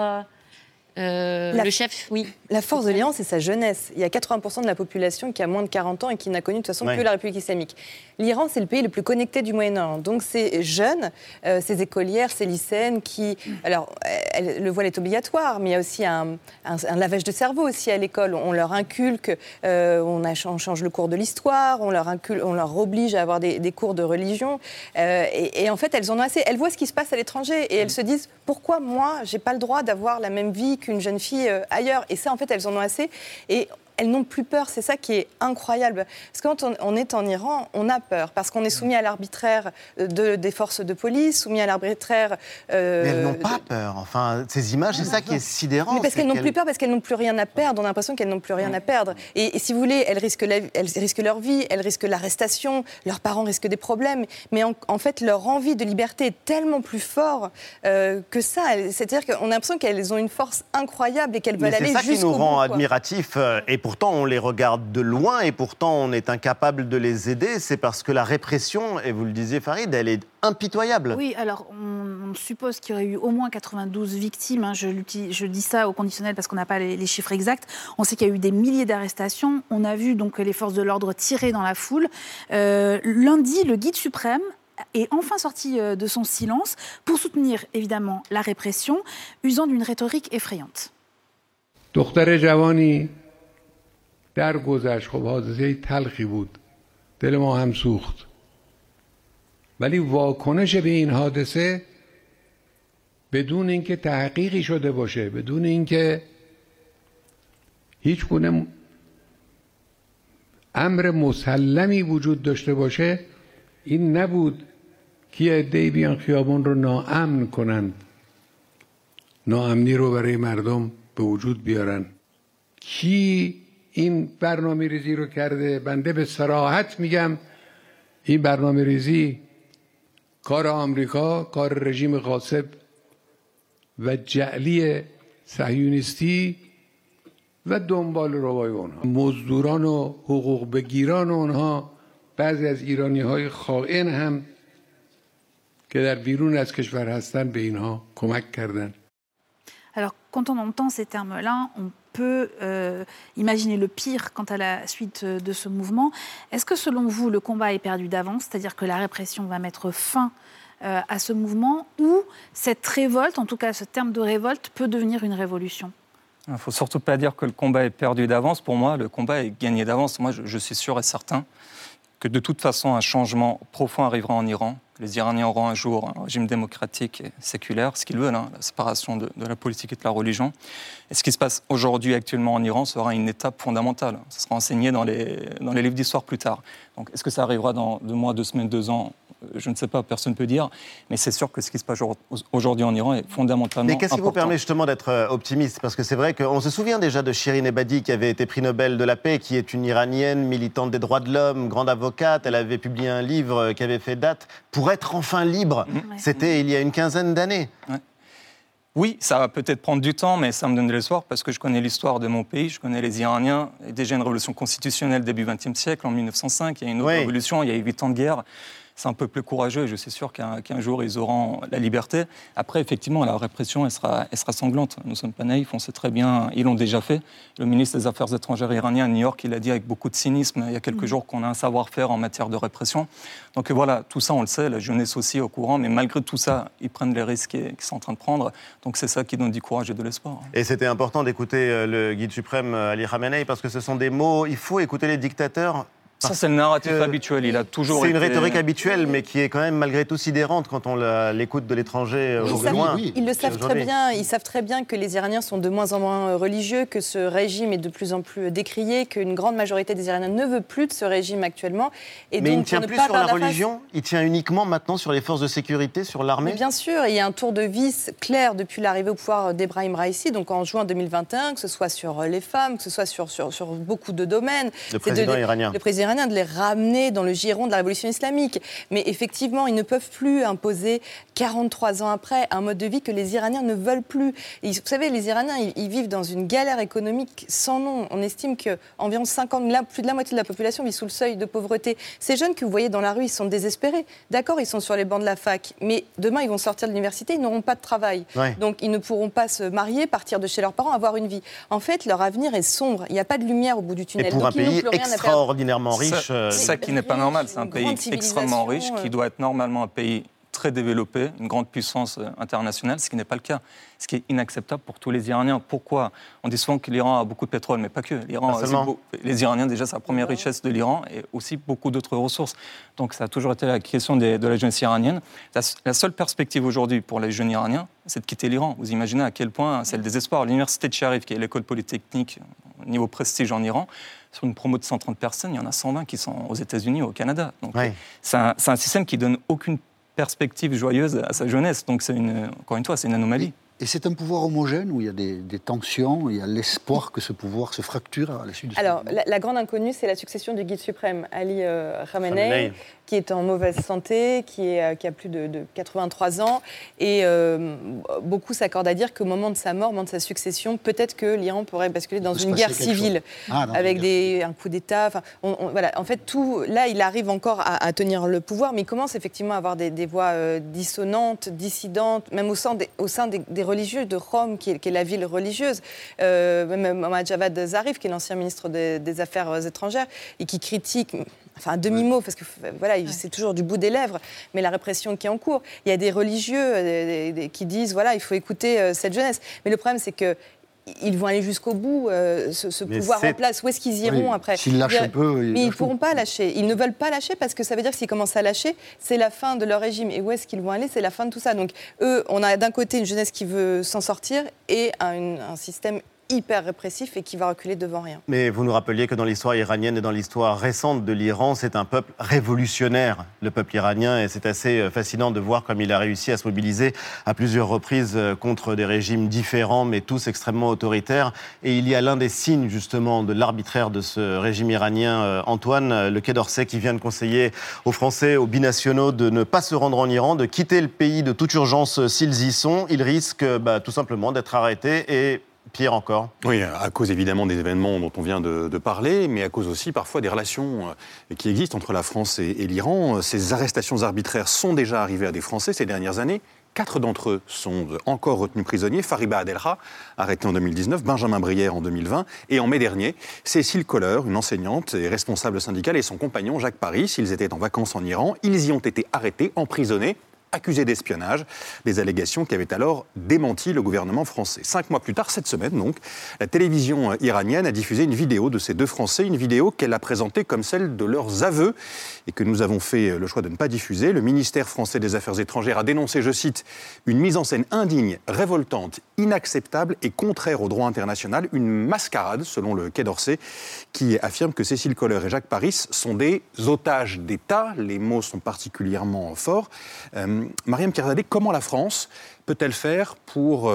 le chef, oui. La force de l'Iran, c'est sa jeunesse. Il y a 80% de la population qui a moins de 40 ans et qui n'a connu de toute façon que la République islamique. L'Iran, c'est le pays le plus connecté du Moyen-Orient. Donc ces jeunes, ces écolières, ces lycéennes qui... Alors, le voile est obligatoire, mais il y a aussi un lavage de cerveau aussi à l'école. On leur inculque, on change le cours de l'histoire, on leur oblige à avoir des cours de religion. Et en fait, elles en ont assez. Elles voient ce qui se passe à l'étranger et elles se disent, pourquoi moi, j'ai pas le droit d'avoir la même vie qu'une jeune fille ailleurs. Et ça, en fait, elles en ont assez. Et elles n'ont plus peur. C'est ça qui est incroyable. Parce que quand on est en Iran, on a peur. Parce qu'on est soumis à l'arbitraire des forces de police, soumis à l'arbitraire... Mais elles n'ont pas peur. Enfin, ces images, c'est ça qui est sidérant. Mais parce qu'elles n'ont plus peur, parce qu'elles n'ont plus rien à perdre. On a l'impression qu'elles n'ont plus rien à perdre. Et si vous voulez, elles risquent leur vie, elles risquent l'arrestation, leurs parents risquent des problèmes. Mais en fait, leur envie de liberté est tellement plus forte que ça. C'est-à-dire qu'on a l'impression qu'elles ont une force incroyable et qu'elles veulent aller jusqu'au bout. C'est ça qui nous rend admiratifs. Et pourtant, on les regarde de loin et pourtant, on est incapable de les aider. C'est parce que la répression, et vous le disiez Farid, elle est impitoyable. Oui, alors on suppose qu'il y aurait eu au moins 92 victimes. Hein. Je dis ça au conditionnel parce qu'on n'a pas les chiffres exacts. On sait qu'il y a eu des milliers d'arrestations. On a vu donc les forces de l'ordre tirer dans la foule. Lundi, le guide suprême est enfin sorti de son silence pour soutenir évidemment la répression, usant d'une rhétorique effrayante. دختر جوانی درگذشت خب حادثه تلخی بود دل ما هم سوخت ولی واکنش به این حادثه بدون اینکه تحقیقی شده باشه بدون اینکه هیچ گونه امر مسلمی وجود داشته باشه این نبود که عده‌ای بیان خیابان رو ناامن کنند ناامنی رو برای مردم به وجود بیارن کی این برنامه ریزی رو کرده بنده به صراحت میگم این برنامه ریزی کار آمریکا کار رژیم غاصب و جعلی صهیونیستی و دنبال روای اونها مزدوران و حقوق بگیران اونها بعضی از ایرانی‌های خائن هم که در بیرون از کشور هستن به اینها کمک کردن. Alors, quand on entend ces termes-là, on peut imaginer le pire quant à la suite de ce mouvement. Est-ce que, selon vous, le combat est perdu d'avance, c'est-à-dire que la répression va mettre fin à ce mouvement, ou cette révolte, en tout cas ce terme de révolte, peut devenir une révolution ? Il ne faut surtout pas dire que le combat est perdu d'avance. Pour moi, le combat est gagné d'avance. Moi, je suis sûr et certain que de toute façon, un changement profond arrivera en Iran. Les Iraniens auront un jour un régime démocratique et séculaire, ce qu'ils veulent, hein, la séparation de la politique et de la religion. Et ce qui se passe aujourd'hui, actuellement en Iran, sera une étape fondamentale. Ça sera enseigné dans les livres d'histoire plus tard. Donc, est-ce que ça arrivera dans 2 mois, 2 semaines, 2 ans ? Je ne sais pas, personne ne peut dire. Mais c'est sûr que ce qui se passe aujourd'hui en Iran est fondamentalement important. Mais qu'est-ce qui vous permet justement d'être optimiste ? Parce que c'est vrai qu'on se souvient déjà de Shirin Ebadi, qui avait été prix Nobel de la paix, qui est une Iranienne militante des droits de l'homme, grande avocate. Elle avait publié un livre qui avait fait date pour être enfin libre. C'était il y a une quinzaine d'années. Ouais. Oui, ça va peut-être prendre du temps, mais ça me donne de l'espoir parce que je connais l'histoire de mon pays, je connais les Iraniens. Il y a déjà une révolution constitutionnelle début XXe siècle, en 1905. Il y a une autre révolution, il y a eu 8 ans de guerre. c'est un peu plus courageux. Je suis sûr qu'un jour, ils auront la liberté. Après, effectivement, la répression, elle sera sanglante. Nous ne sommes pas naïfs, on sait très bien, ils l'ont déjà fait. Le ministre des Affaires étrangères iranien à New York, il a dit avec beaucoup de cynisme il y a quelques jours qu'on a un savoir-faire en matière de répression. Donc voilà, tout ça, on le sait, la jeunesse aussi est au courant, mais malgré tout ça, ils prennent les risques qu'ils sont en train de prendre. Donc c'est ça qui donne du courage et de l'espoir. Et c'était important d'écouter le guide suprême Ali Khamenei, parce que ce sont des mots, il faut écouter les dictateurs. Ça, c'est le narratif habituel. Il a toujours C'est une rhétorique habituelle, mais qui est quand même malgré tout sidérante quand on l'écoute de l'étranger au loin. Ils le savent très bien. Ils savent très bien que les Iraniens sont de moins en moins religieux, que ce régime est de plus en plus décrié, qu'une grande majorité des Iraniens ne veut plus de ce régime actuellement. Et mais donc, il ne tient plus sur la religion. Il tient uniquement maintenant sur les forces de sécurité, sur l'armée. Mais bien sûr, il y a un tour de vis clair depuis l'arrivée au pouvoir d'Ebrahim Raïssi, donc en juin 2021, que ce soit sur les femmes, que ce soit sur beaucoup de domaines. Le président iranien. Le président iranien de les ramener dans le giron de la révolution islamique. Mais effectivement, ils ne peuvent plus imposer, 43 ans après, un mode de vie que les Iraniens ne veulent plus. Et vous savez, les Iraniens, ils vivent dans une galère économique sans nom. On estime qu'environ 50, plus de la moitié de la population vit sous le seuil de pauvreté. Ces jeunes que vous voyez dans la rue, ils sont désespérés. D'accord, ils sont sur les bancs de la fac, mais demain, ils vont sortir de l'université, ils n'auront pas de travail. Ouais. Donc, ils ne pourront pas se marier, partir de chez leurs parents, avoir une vie. En fait, leur avenir est sombre. Il n'y a pas de lumière au bout du tunnel. Et pour donc, un pays extraordinairement riche... Ça qui n'est pas normal, c'est un pays extrêmement riche qui doit être normalement un pays très développé, une grande puissance internationale, ce qui n'est pas le cas, ce qui est inacceptable pour tous les Iraniens. Pourquoi ? On dit souvent que l'Iran a beaucoup de pétrole, mais pas que. Les Iraniens, déjà, c'est la première richesse de l'Iran et aussi beaucoup d'autres ressources. Donc ça a toujours été la question de la jeunesse iranienne. La seule perspective aujourd'hui pour les jeunes Iraniens, c'est de quitter l'Iran. Vous imaginez à quel point c'est le désespoir. L'université de Sharif, qui est l'école polytechnique au niveau prestige en Iran, sur une promo de 130 personnes, il y en a 120 qui sont aux États-Unis ou au Canada. Donc, c'est un système qui donne aucune perspective joyeuse à sa jeunesse. Donc, encore une fois, c'est une anomalie. Et c'est un pouvoir homogène où il y a des tensions, il y a l'espoir que ce pouvoir se fracture à la suite de ce Alors, la grande inconnue, c'est la succession du guide suprême, Ali Khamenei, qui est en mauvaise santé, qui a plus de 83 ans. Et beaucoup s'accordent à dire qu'au moment de sa mort, au moment de sa succession, peut-être que l'Iran pourrait basculer dans une guerre civile, avec un coup d'État. Voilà. En fait, là, il arrive encore à tenir le pouvoir, mais il commence effectivement à avoir des voix dissonantes, dissidentes, même au sein des religieux de Rome, qui est la ville religieuse. Même Mohammad Javad Zarif, qui est l'ancien ministre des Affaires étrangères, et qui critique... Enfin, à demi-mot, parce que voilà, c'est toujours du bout des lèvres, mais la répression qui est en cours. Il y a des religieux qui disent, voilà, il faut écouter cette jeunesse. Mais le problème, c'est qu'ils vont aller jusqu'au bout, ce pouvoir en place. Où est-ce qu'ils iront après ? S'ils lâchent un peu... Mais ils ne pourront pas lâcher. Ils ne veulent pas lâcher parce que ça veut dire que s'ils commencent à lâcher, c'est la fin de leur régime. Et où est-ce qu'ils vont aller ? C'est la fin de tout ça. Donc, eux, on a d'un côté une jeunesse qui veut s'en sortir et un système hyper répressif et qui va reculer devant rien. Mais vous nous rappeliez que dans l'histoire iranienne et dans l'histoire récente de l'Iran, c'est un peuple révolutionnaire, le peuple iranien, et c'est assez fascinant de voir comme il a réussi à se mobiliser à plusieurs reprises contre des régimes différents, mais tous extrêmement autoritaires. Et il y a l'un des signes, justement, de l'arbitraire de ce régime iranien, Antoine, le Quai d'Orsay, qui vient de conseiller aux Français, aux binationaux, de ne pas se rendre en Iran, de quitter le pays de toute urgence s'ils y sont. Ils risquent tout simplement d'être arrêtés et... Pire encore. Oui, à cause évidemment des événements dont on vient de parler, mais à cause aussi parfois des relations qui existent entre la France et l'Iran. Ces arrestations arbitraires sont déjà arrivées à des Français ces dernières années. 4 d'entre eux sont encore retenus prisonniers. Fariba Adelra, arrêté en 2019, Benjamin Brière en 2020, et en mai dernier, Cécile Kohler, une enseignante et responsable syndicale, et son compagnon Jacques Paris. Ils étaient en vacances en Iran. Ils y ont été arrêtés, emprisonnés, accusés d'espionnage, des allégations qui avaient alors démenti le gouvernement français. 5 mois plus tard, cette semaine donc, la télévision iranienne a diffusé une vidéo de ces 2 Français, une vidéo qu'elle a présentée comme celle de leurs aveux et que nous avons fait le choix de ne pas diffuser. Le ministère français des Affaires étrangères a dénoncé, je cite, une mise en scène indigne, révoltante, inacceptable et contraire au droit international, une mascarade, selon le Quai d'Orsay, qui affirme que Cécile Kohler et Jacques Paris sont des otages d'État. Les mots sont particulièrement forts. Mariam Kirzadeh, comment la France peut-elle faire pour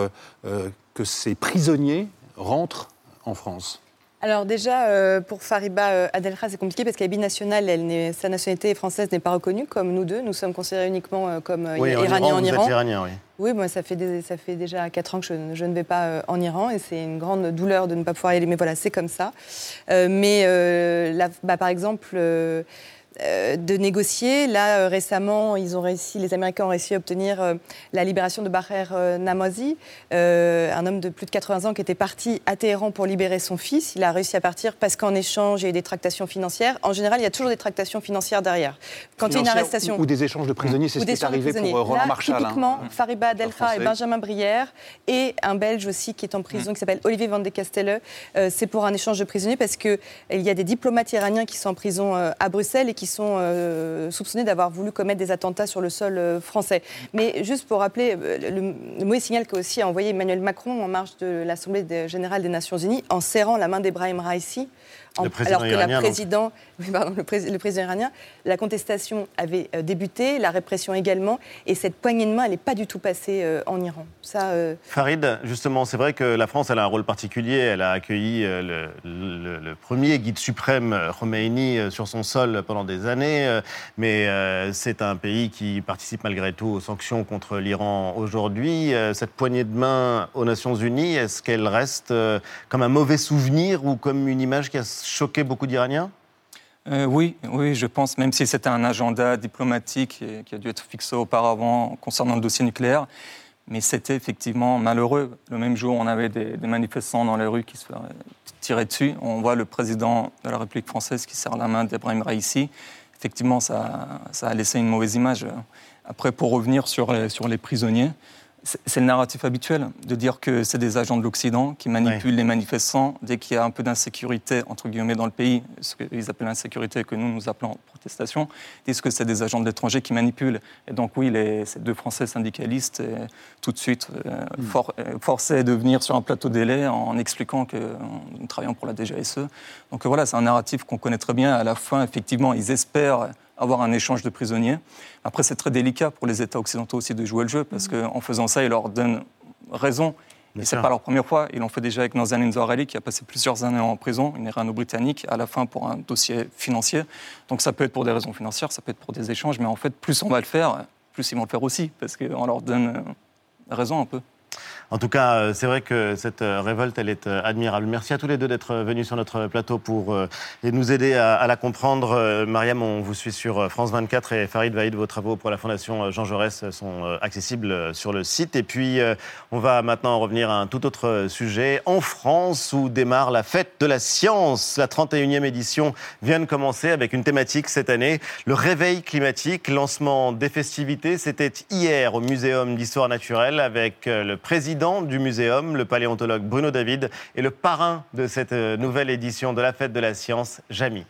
que ces prisonniers rentrent en France ? Alors déjà, pour Fariba Adelra, c'est compliqué parce qu'elle est binationale, sa nationalité française n'est pas reconnue comme nous deux. Nous sommes considérés uniquement comme iraniens en Iran. Vous êtes iranien, oui. Oui, moi, ça fait déjà 4 ans que je ne vais pas en Iran et c'est une grande douleur de ne pas pouvoir y aller. Mais voilà, c'est comme ça. Par exemple... de négocier. Là, récemment, les Américains ont réussi à obtenir la libération de Baher Namazi, un homme de plus de 80 ans qui était parti à Téhéran pour libérer son fils. Il a réussi à partir parce qu'en échange, il y a eu des tractations financières. En général, il y a toujours des tractations financières derrière. Quand il y a une arrestation... Ou des échanges de prisonniers, c'est ce qui est arrivé pour Roland Marchal. Typiquement, Fariba Adelkha et Benjamin Brière, et un Belge aussi qui est en prison, qui s'appelle Olivier Van de Castelle. C'est pour un échange de prisonniers parce qu'il y a des diplomates iraniens qui sont en prison à Bruxelles et qui sont soupçonnés d'avoir voulu commettre des attentats sur le sol français. Mais juste pour rappeler le mauvais signal qu'a aussi envoyé Emmanuel Macron en marge de l'Assemblée générale des Nations Unies en serrant la main d'Ebrahim Raisi. Alors que le président iranien, la contestation avait débuté, la répression également, et cette poignée de main, elle n'est pas du tout passée en Iran. Farid, justement, c'est vrai que la France, elle a un rôle particulier. Elle a accueilli le premier guide suprême Khomeini sur son sol pendant des années, mais c'est un pays qui participe malgré tout aux sanctions contre l'Iran aujourd'hui. Cette poignée de main aux Nations Unies, est-ce qu'elle reste comme un mauvais souvenir ou comme une image qui a choqué beaucoup d'Iraniens ? Oui, je pense, même si c'était un agenda diplomatique qui a dû être fixé auparavant concernant le dossier nucléaire, mais c'était effectivement malheureux. Le même jour, on avait des manifestants dans les rues qui se faisaient tirer dessus. On voit le président de la République française qui serre la main d'Ebrahim Raisi. Effectivement, ça a laissé une mauvaise image. Après, pour revenir sur les prisonniers, c'est le narratif habituel de dire que c'est des agents de l'Occident qui manipulent les manifestants dès qu'il y a un peu d'insécurité, entre guillemets, dans le pays, ce qu'ils appellent l'insécurité, que nous appelons protestation, ils disent que c'est des agents de l'étranger qui manipulent. Et donc oui, ces deux Français syndicalistes, tout de suite forcés de venir sur un plateau télé en expliquant que nous travaillons pour la DGSE. Donc voilà, c'est un narratif qu'on connaît très bien. À la fin, effectivement, ils espèrent avoir un échange de prisonniers. Après, c'est très délicat pour les États occidentaux aussi de jouer le jeu, parce qu'en faisant ça, ils leur donnent raison. Et ce n'est pas leur première fois. Ils l'ont fait déjà avec Nazanin Zaghari, qui a passé plusieurs années en prison, une irano-britannique, à la fin pour un dossier financier. Donc ça peut être pour des raisons financières, ça peut être pour des échanges, mais en fait, plus on va le faire, plus ils vont le faire aussi, parce qu'on leur donne raison un peu. En tout cas, c'est vrai que cette révolte, elle est admirable. Merci à tous les deux d'être venus sur notre plateau pour nous aider à la comprendre. Mariam, on vous suit sur France 24 et Farid Vaïd, vos travaux pour la Fondation Jean Jaurès sont accessibles sur le site. Et puis, on va maintenant revenir à un tout autre sujet. En France, où démarre la fête de la science. La 31e édition vient de commencer avec une thématique cette année, le réveil climatique. Lancement des festivités, c'était hier au Muséum d'Histoire Naturelle avec le président du muséum, le paléontologue Bruno David, et le parrain de cette nouvelle édition de la Fête de la Science, Jamy.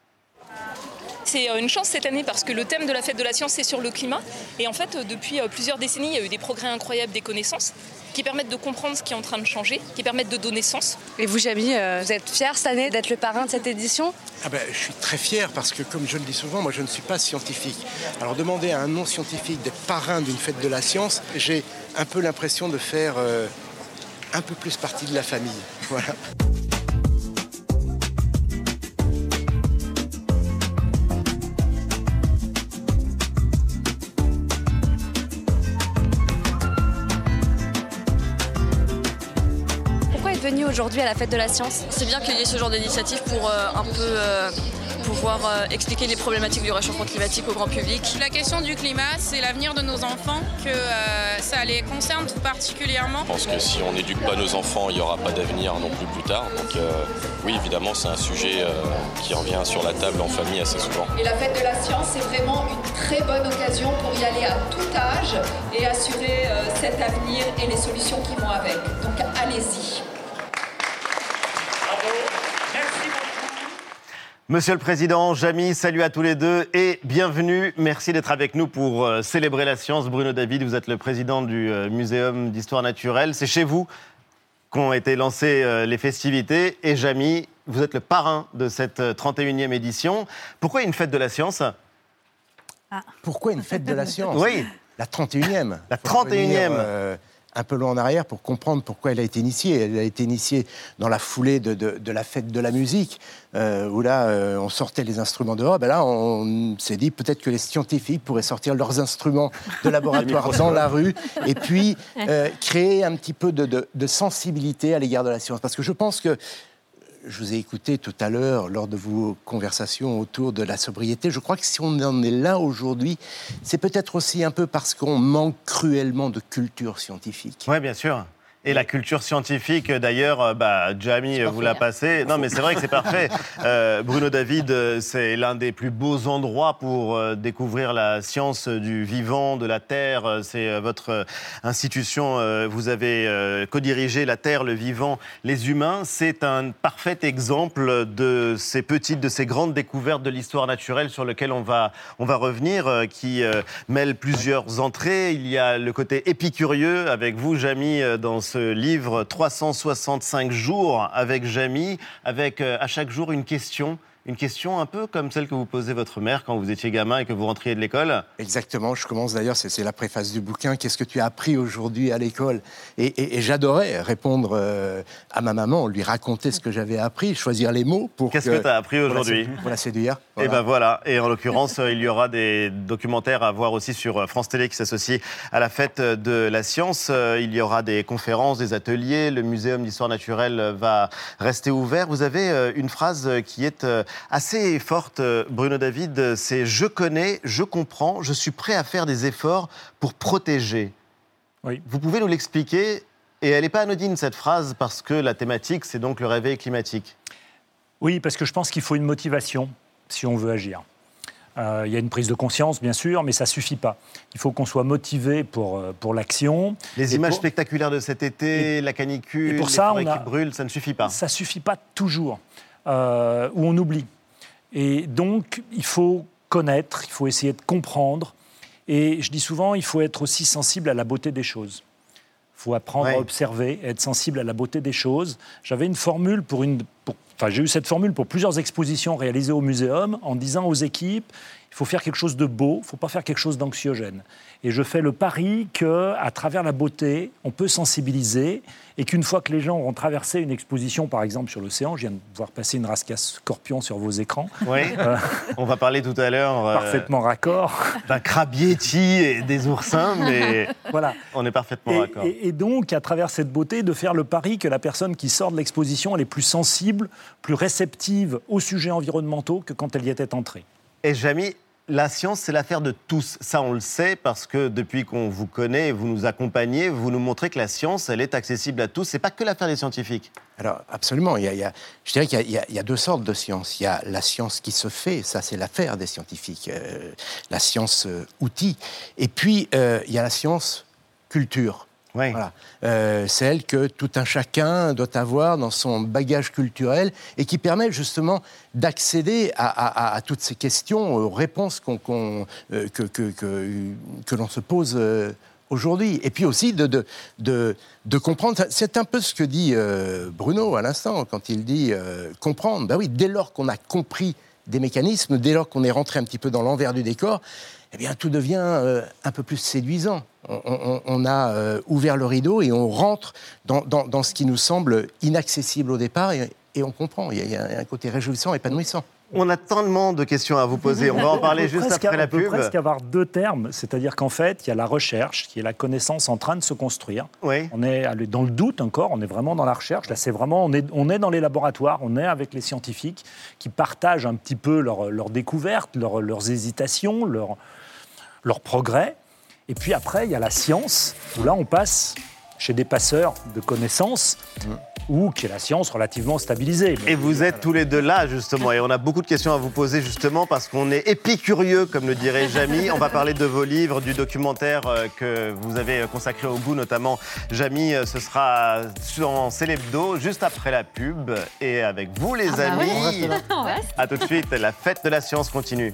C'est une chance cette année parce que le thème de la Fête de la Science, c'est sur le climat. Et en fait, depuis plusieurs décennies, il y a eu des progrès incroyables des connaissances qui permettent de comprendre ce qui est en train de changer, qui permettent de donner sens. Et vous, Jamy, vous êtes fier cette année d'être le parrain de cette édition ? Je suis très fier parce que, comme je le dis souvent, moi je ne suis pas scientifique. Alors demander à un non-scientifique d'être parrain d'une fête de la science, j'ai un peu l'impression de faire un peu plus partie de la famille. Voilà. Venu aujourd'hui à la Fête de la Science. C'est bien qu'il y ait ce genre d'initiative pour un peu pouvoir expliquer les problématiques du réchauffement climatique au grand public. La question du climat, c'est l'avenir de nos enfants, que ça les concerne tout particulièrement. Je pense que si on n'éduque pas nos enfants, il n'y aura pas d'avenir non plus tard. Donc oui, évidemment, c'est un sujet qui revient sur la table en famille assez souvent. Et la Fête de la Science, c'est vraiment une très bonne occasion pour y aller à tout âge et assurer cet avenir et les solutions qui vont avec. Donc allez-y. Monsieur le Président, Jamy, salut à tous les deux et bienvenue. Merci d'être avec nous pour célébrer la science. Bruno David, vous êtes le président du Muséum d'Histoire Naturelle. C'est chez vous qu'ont été lancées les festivités. Et Jamy, vous êtes le parrain de cette 31e édition. Pourquoi une fête de la science ? Pourquoi une fête de la science ? Oui. La 31e. La 31e. Un peu loin en arrière pour comprendre pourquoi elle a été initiée. Elle a été initiée dans la foulée de la fête de la musique, où là, on sortait les instruments dehors. Là, on s'est dit peut-être que les scientifiques pourraient sortir leurs instruments de laboratoire dans la rue et puis créer un petit peu de sensibilité à l'égard de la science. Parce que je pense que je vous ai écouté tout à l'heure lors de vos conversations autour de la sobriété. Je crois que si on en est là aujourd'hui, c'est peut-être aussi un peu parce qu'on manque cruellement de culture scientifique. Oui, bien sûr. Et la culture scientifique, d'ailleurs, Jamy vous l'a passé. Non, mais c'est vrai que c'est parfait. Bruno David, c'est l'un des plus beaux endroits pour découvrir la science du vivant, de la Terre. C'est votre institution. Vous avez co-dirigé La Terre, le vivant, les humains. C'est un parfait exemple de ces petites, de ces grandes découvertes de l'histoire naturelle sur lesquelles on va revenir, qui mêlent plusieurs entrées. Il y a le côté épicurieux avec vous, Jamy, dans ce livre 365 jours avec Jamy, avec à chaque jour une question un peu comme celle que vous posez votre mère quand vous étiez gamin et que vous rentriez de l'école. Exactement, je commence d'ailleurs, c'est la préface du bouquin, qu'est-ce que tu as appris aujourd'hui à l'école ? Et j'adorais répondre à ma maman, lui raconter ce que j'avais appris, choisir les mots pour Qu'est-ce que tu as appris aujourd'hui ? Pour la séduire. Voilà. Et ben voilà, et en l'occurrence, il y aura des documentaires à voir aussi sur France Télé qui s'associent à la fête de la science. Il y aura des conférences, des ateliers, le Muséum d'histoire naturelle va rester ouvert. Vous avez une phrase qui est assez forte, Bruno David, c'est « Je connais, je comprends, je suis prêt à faire des efforts pour protéger ». Oui. Vous pouvez nous l'expliquer ? Et elle n'est pas anodine, cette phrase, parce que la thématique, c'est donc le réveil climatique. Oui, parce que je pense qu'il faut une motivation si on veut agir. Il y a une prise de conscience, bien sûr, mais ça ne suffit pas. Il faut qu'on soit motivé pour l'action. Les images spectaculaires de cet été, la canicule, les forêts qui brûlent, ça ne suffit pas. Ça ne suffit pas toujours. Où on oublie. Et donc, il faut connaître, il faut essayer de comprendre. Et je dis souvent, il faut être aussi sensible à la beauté des choses. Il faut apprendre à observer, être sensible à la beauté des choses. J'avais une formule j'ai eu cette formule pour plusieurs expositions réalisées au Muséum en disant aux équipes, il faut faire quelque chose de beau, il ne faut pas faire quelque chose d'anxiogène. Et je fais le pari qu'à travers la beauté, on peut sensibiliser et qu'une fois que les gens auront traversé une exposition, par exemple sur l'océan, je viens de voir passer une rascasse scorpion sur vos écrans. Oui, on va parler tout à l'heure... parfaitement raccord. D'un crabe yéti et des oursins, mais voilà. On est parfaitement raccord. Et donc, à travers cette beauté, de faire le pari que la personne qui sort de l'exposition, elle est plus sensible, plus réceptive aux sujets environnementaux que quand elle y était entrée. Et Jamy, la science, c'est l'affaire de tous. Ça, on le sait parce que depuis qu'on vous connaît, vous nous accompagnez, vous nous montrez que la science, elle est accessible à tous. C'est pas que l'affaire des scientifiques. Alors, absolument. Je dirais qu'il y a deux sortes de science. Il y a la science qui se fait, ça, c'est l'affaire des scientifiques. La science outil. Et puis, il y a la science culture. Oui. Voilà. Celle que tout un chacun doit avoir dans son bagage culturel et qui permet justement d'accéder à toutes ces questions, aux réponses que l'on se pose aujourd'hui. Et puis aussi de comprendre. C'est un peu ce que dit Bruno à l'instant quand il dit comprendre. Ben oui, dès lors qu'on a compris des mécanismes, dès lors qu'on est rentré un petit peu dans l'envers du décor, eh bien, tout devient un peu plus séduisant. On a ouvert le rideau et on rentre dans ce qui nous semble inaccessible au départ et on comprend. Il y a un côté réjouissant, épanouissant. On a tellement de questions à vous poser. On va en parler juste après la pub. On peut presque avoir deux termes. C'est-à-dire qu'en fait, il y a la recherche, qui est la connaissance en train de se construire. Oui. On est dans le doute encore, on est vraiment dans la recherche. Là, c'est vraiment, on est dans les laboratoires, on est avec les scientifiques qui partagent un petit peu leurs découvertes, leurs hésitations, leurs progrès. Et puis après, il y a la science, où là, on passe chez des passeurs de connaissances, ou qui est la science relativement stabilisée. Et vous êtes tous les deux là, justement, et on a beaucoup de questions à vous poser, justement, parce qu'on est épicurieux, comme le dirait Jamy. On va parler de vos livres, du documentaire que vous avez consacré au goût, notamment. Jamy, ce sera dans Célébdo, juste après la pub, et avec vous, les amis. Oui. À tout de suite, la fête de la science continue.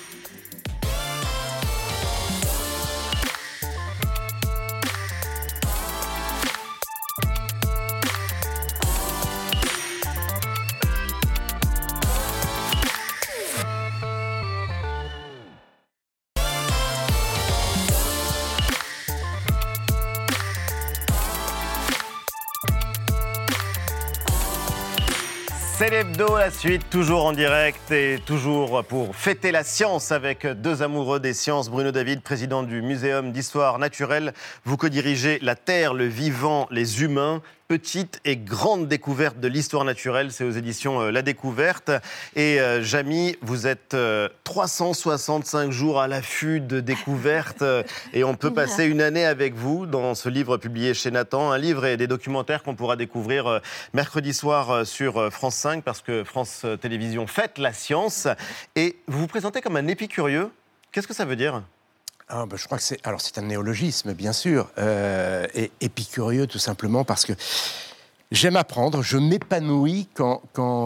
C'est l'hebdo, la suite, toujours en direct et toujours pour fêter la science avec deux amoureux des sciences. Bruno David, président du Muséum d'histoire naturelle. Vous co-dirigez La Terre, le vivant, les humains. petite et grande découverte de l'histoire naturelle. C'est aux éditions La Découverte. Et Jamy, vous êtes 365 jours à l'affût de découvertes et on peut passer une année avec vous dans ce livre publié chez Nathan. Un livre et des documentaires qu'on pourra découvrir mercredi soir sur France 5 parce que France Télévisions fête la science. Et vous vous présentez comme un épicurieux. Qu'est-ce que ça veut dire ? Je crois que c'est un néologisme, bien sûr, et épicurieux tout simplement parce que j'aime apprendre, je m'épanouis quand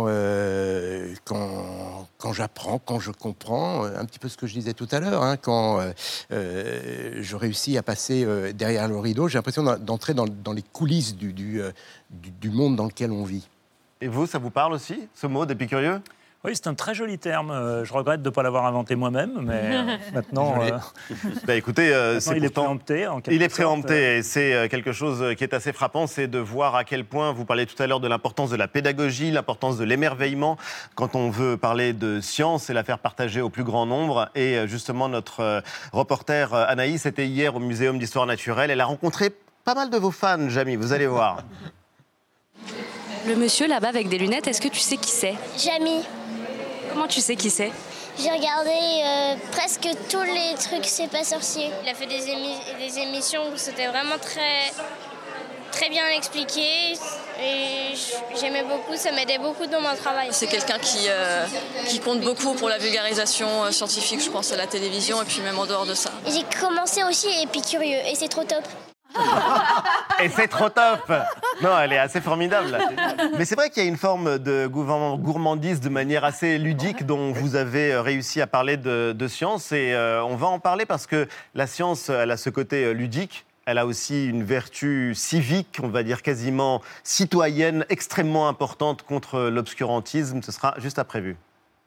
j'apprends, quand je comprends, un petit peu ce que je disais tout à l'heure, quand je réussis à passer derrière le rideau, j'ai l'impression d'entrer dans les coulisses du monde dans lequel on vit. Et vous, ça vous parle aussi, ce mot d'épicurieux ? Oui, c'est un très joli terme. Je regrette de ne pas l'avoir inventé moi-même, mais maintenant... écoutez, maintenant il est préempté. Il est préempté et c'est quelque chose qui est assez frappant, c'est de voir à quel point, vous parlez tout à l'heure de l'importance de la pédagogie, l'importance de l'émerveillement, quand on veut parler de science et la faire partager au plus grand nombre. Et justement, notre reporter Anaïs était hier au Muséum d'Histoire Naturelle. Elle a rencontré pas mal de vos fans, Jamy, vous allez voir. Le monsieur là-bas avec des lunettes, est-ce que tu sais qui c'est ? Jamy. Comment tu sais qui c'est ? J'ai regardé presque tous les trucs C'est pas sorcier. Il a fait des émissions où c'était vraiment très bien expliqué et j'aimais beaucoup, ça m'aidait beaucoup dans mon travail. C'est quelqu'un qui compte beaucoup pour la vulgarisation scientifique, je pense, à la télévision et puis même en dehors de ça. J'ai commencé aussi Épicurieux et c'est trop top. Et c'est trop top. Non, elle est assez formidable. Mais c'est vrai qu'il y a une forme de gourmandise de manière assez ludique dont vous avez réussi à parler de science. Et on va en parler parce que la science, elle a ce côté ludique. Elle a aussi une vertu civique, on va dire quasiment citoyenne, extrêmement importante contre l'obscurantisme. Ce sera juste après vue.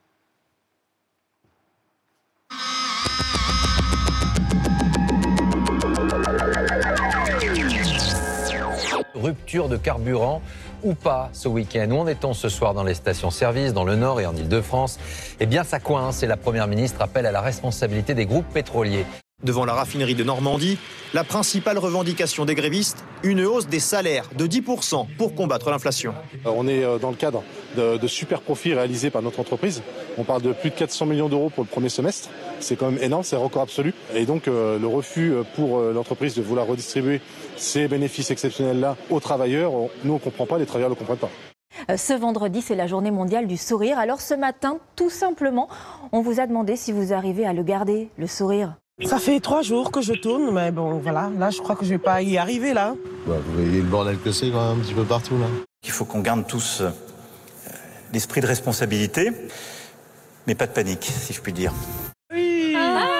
Rupture de carburant ou pas ce week-end? Où en est-on ce soir dans les stations-service, dans le Nord et en Ile-de-France? Eh bien, ça coince et la Première ministre appelle à la responsabilité des groupes pétroliers. Devant la raffinerie de Normandie, la principale revendication des grévistes, une hausse des salaires de 10% pour combattre l'inflation. On est dans le cadre de super profits réalisés par notre entreprise. On parle de plus de 400 millions d'euros pour le premier semestre. C'est quand même énorme, c'est un record absolu. Et donc le refus pour l'entreprise de vouloir redistribuer ces bénéfices exceptionnels-là aux travailleurs, nous on ne comprend pas, les travailleurs ne le comprennent pas. Ce vendredi, c'est la journée mondiale du sourire. Alors ce matin, tout simplement, on vous a demandé si vous arrivez à le garder, le sourire. Ça fait 3 jours que je tourne, mais bon, voilà. Là, je crois que je vais pas y arriver, là. Vous voyez le bordel que c'est, quand même, un petit peu partout, là. Il faut qu'on garde tous l'esprit de responsabilité, mais pas de panique, si je puis dire. Oui.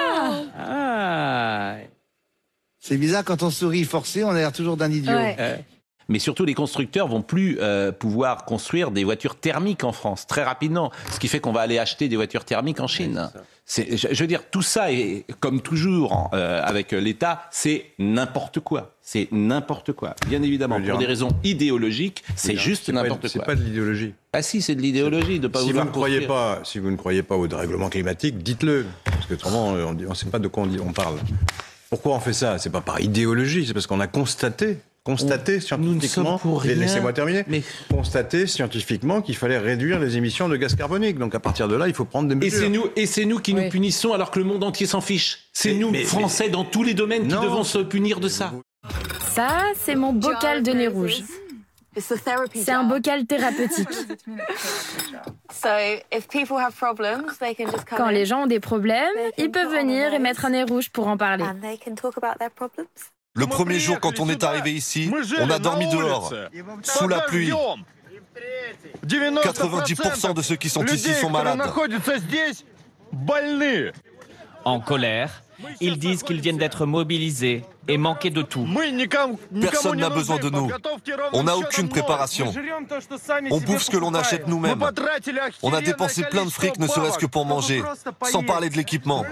C'est bizarre, quand on sourit forcé, on a l'air toujours d'un idiot. Ouais. Mais surtout, les constructeurs vont plus pouvoir construire des voitures thermiques en France très rapidement, ce qui fait qu'on va aller acheter des voitures thermiques en Chine. Je veux dire, tout ça est, comme toujours avec l'État, c'est n'importe quoi. C'est n'importe quoi. Bien évidemment, pour des raisons idéologiques, c'est juste n'importe quoi. C'est pas de l'idéologie. Ah si, c'est de l'idéologie de pas si vouloir si vous ne croyez pas au dérèglement climatique, dites-le. Parce que autrement, on ne sait pas de quoi on parle. Pourquoi on fait ça? C'est pas par idéologie, c'est parce qu'on a constaté scientifiquement, laissez-moi terminer, constaté scientifiquement qu'il fallait réduire les émissions de gaz carbonique. Donc à partir de là, il faut prendre des mesures. Et c'est nous qui nous punissons alors que le monde entier s'en fiche. C'est nous, Français, dans tous les domaines, qui devons se punir de ça. Ça, c'est mon bocal de nez rouge. C'est un bocal thérapeutique. Quand les gens ont des problèmes, ils peuvent venir et mettre un nez rouge pour en parler. Le premier jour, quand on est arrivé ici, on a dormi dehors, sous la pluie. 90% de ceux qui sont ici sont malades. En colère, ils disent qu'ils viennent d'être mobilisés et manquer de tout. Personne n'a besoin de nous. On n'a aucune préparation. On bouffe ce que l'on achète nous-mêmes. On a dépensé plein de fric, ne serait-ce que pour manger, sans parler de l'équipement.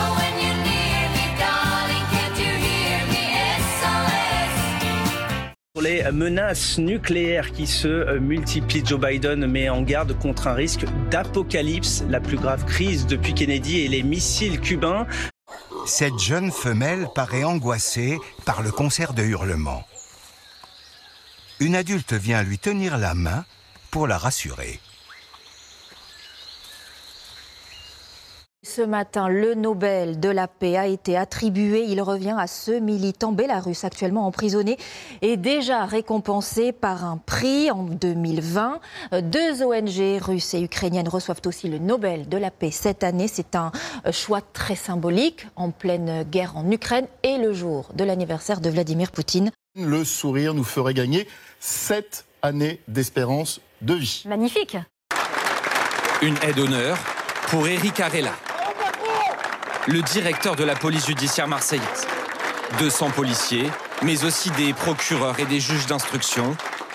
Pour les menaces nucléaires qui se multiplient, Joe Biden met en garde contre un risque d'apocalypse, la plus grave crise depuis Kennedy et les missiles cubains. Cette jeune femelle paraît angoissée par le concert de hurlements. une adulte vient lui tenir la main pour la rassurer. Ce matin, le Nobel de la paix a été attribué. Il revient à ce militant bélarusse actuellement emprisonné et déjà récompensé par un prix en 2020. 2 ONG russes et ukrainiennes reçoivent aussi le Nobel de la paix cette année. C'est un choix très symbolique en pleine guerre en Ukraine et le jour de l'anniversaire de Vladimir Poutine. Le sourire nous ferait gagner 7 années d'espérance de vie. Magnifique. Une aide d'honneur pour Éric Arella, le directeur de la police judiciaire marseillaise. 200 policiers, mais aussi des procureurs et des juges d'instruction.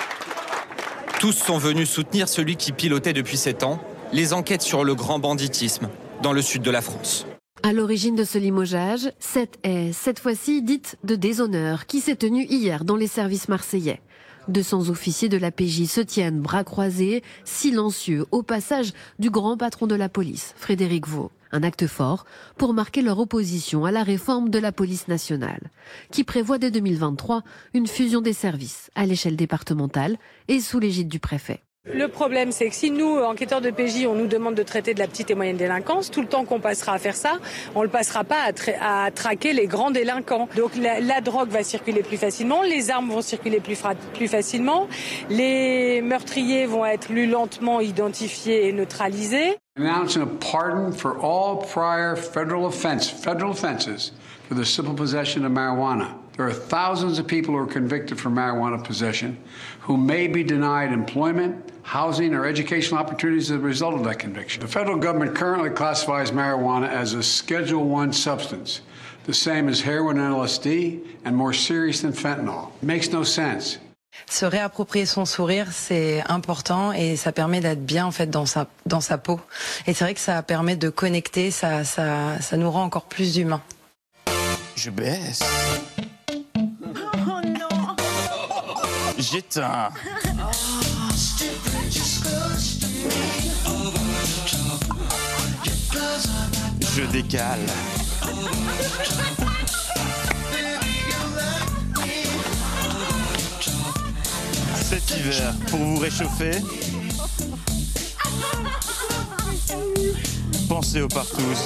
Tous sont venus soutenir celui qui pilotait depuis 7 ans les enquêtes sur le grand banditisme dans le sud de la France. À l'origine de ce limogeage, cette fois-ci dite de déshonneur, qui s'est tenue hier dans les services marseillais. 200 officiers de la PJ se tiennent bras croisés, silencieux, au passage du grand patron de la police, Frédéric Vaux. Un acte fort pour marquer leur opposition à la réforme de la police nationale, qui prévoit dès 2023 une fusion des services à l'échelle départementale et sous l'égide du préfet. Le problème, c'est que si nous, enquêteurs de PJ, on nous demande de traiter de la petite et moyenne délinquance, tout le temps qu'on passera à faire ça, on ne le passera pas à traquer les grands délinquants. Donc la drogue va circuler plus facilement, les armes vont circuler plus facilement, les meurtriers vont être plus lentement identifiés et neutralisés. Announcing a pardon for all prior federal offenses for the simple possession of marijuana. There are thousands of people who are convicted for marijuana possession who may be denied employment, housing, or educational opportunities as a result of that conviction. The federal government currently classifies marijuana as a Schedule I substance, the same as heroin and LSD, and more serious than fentanyl. It makes no sense. Se réapproprier son sourire, c'est important et ça permet d'être bien en fait dans sa peau. Et c'est vrai que ça permet de connecter, ça nous rend encore plus humains. Je baisse. Oh non. J'éteins. Je décale. Cet hiver, pour vous réchauffer, pensez aux partous.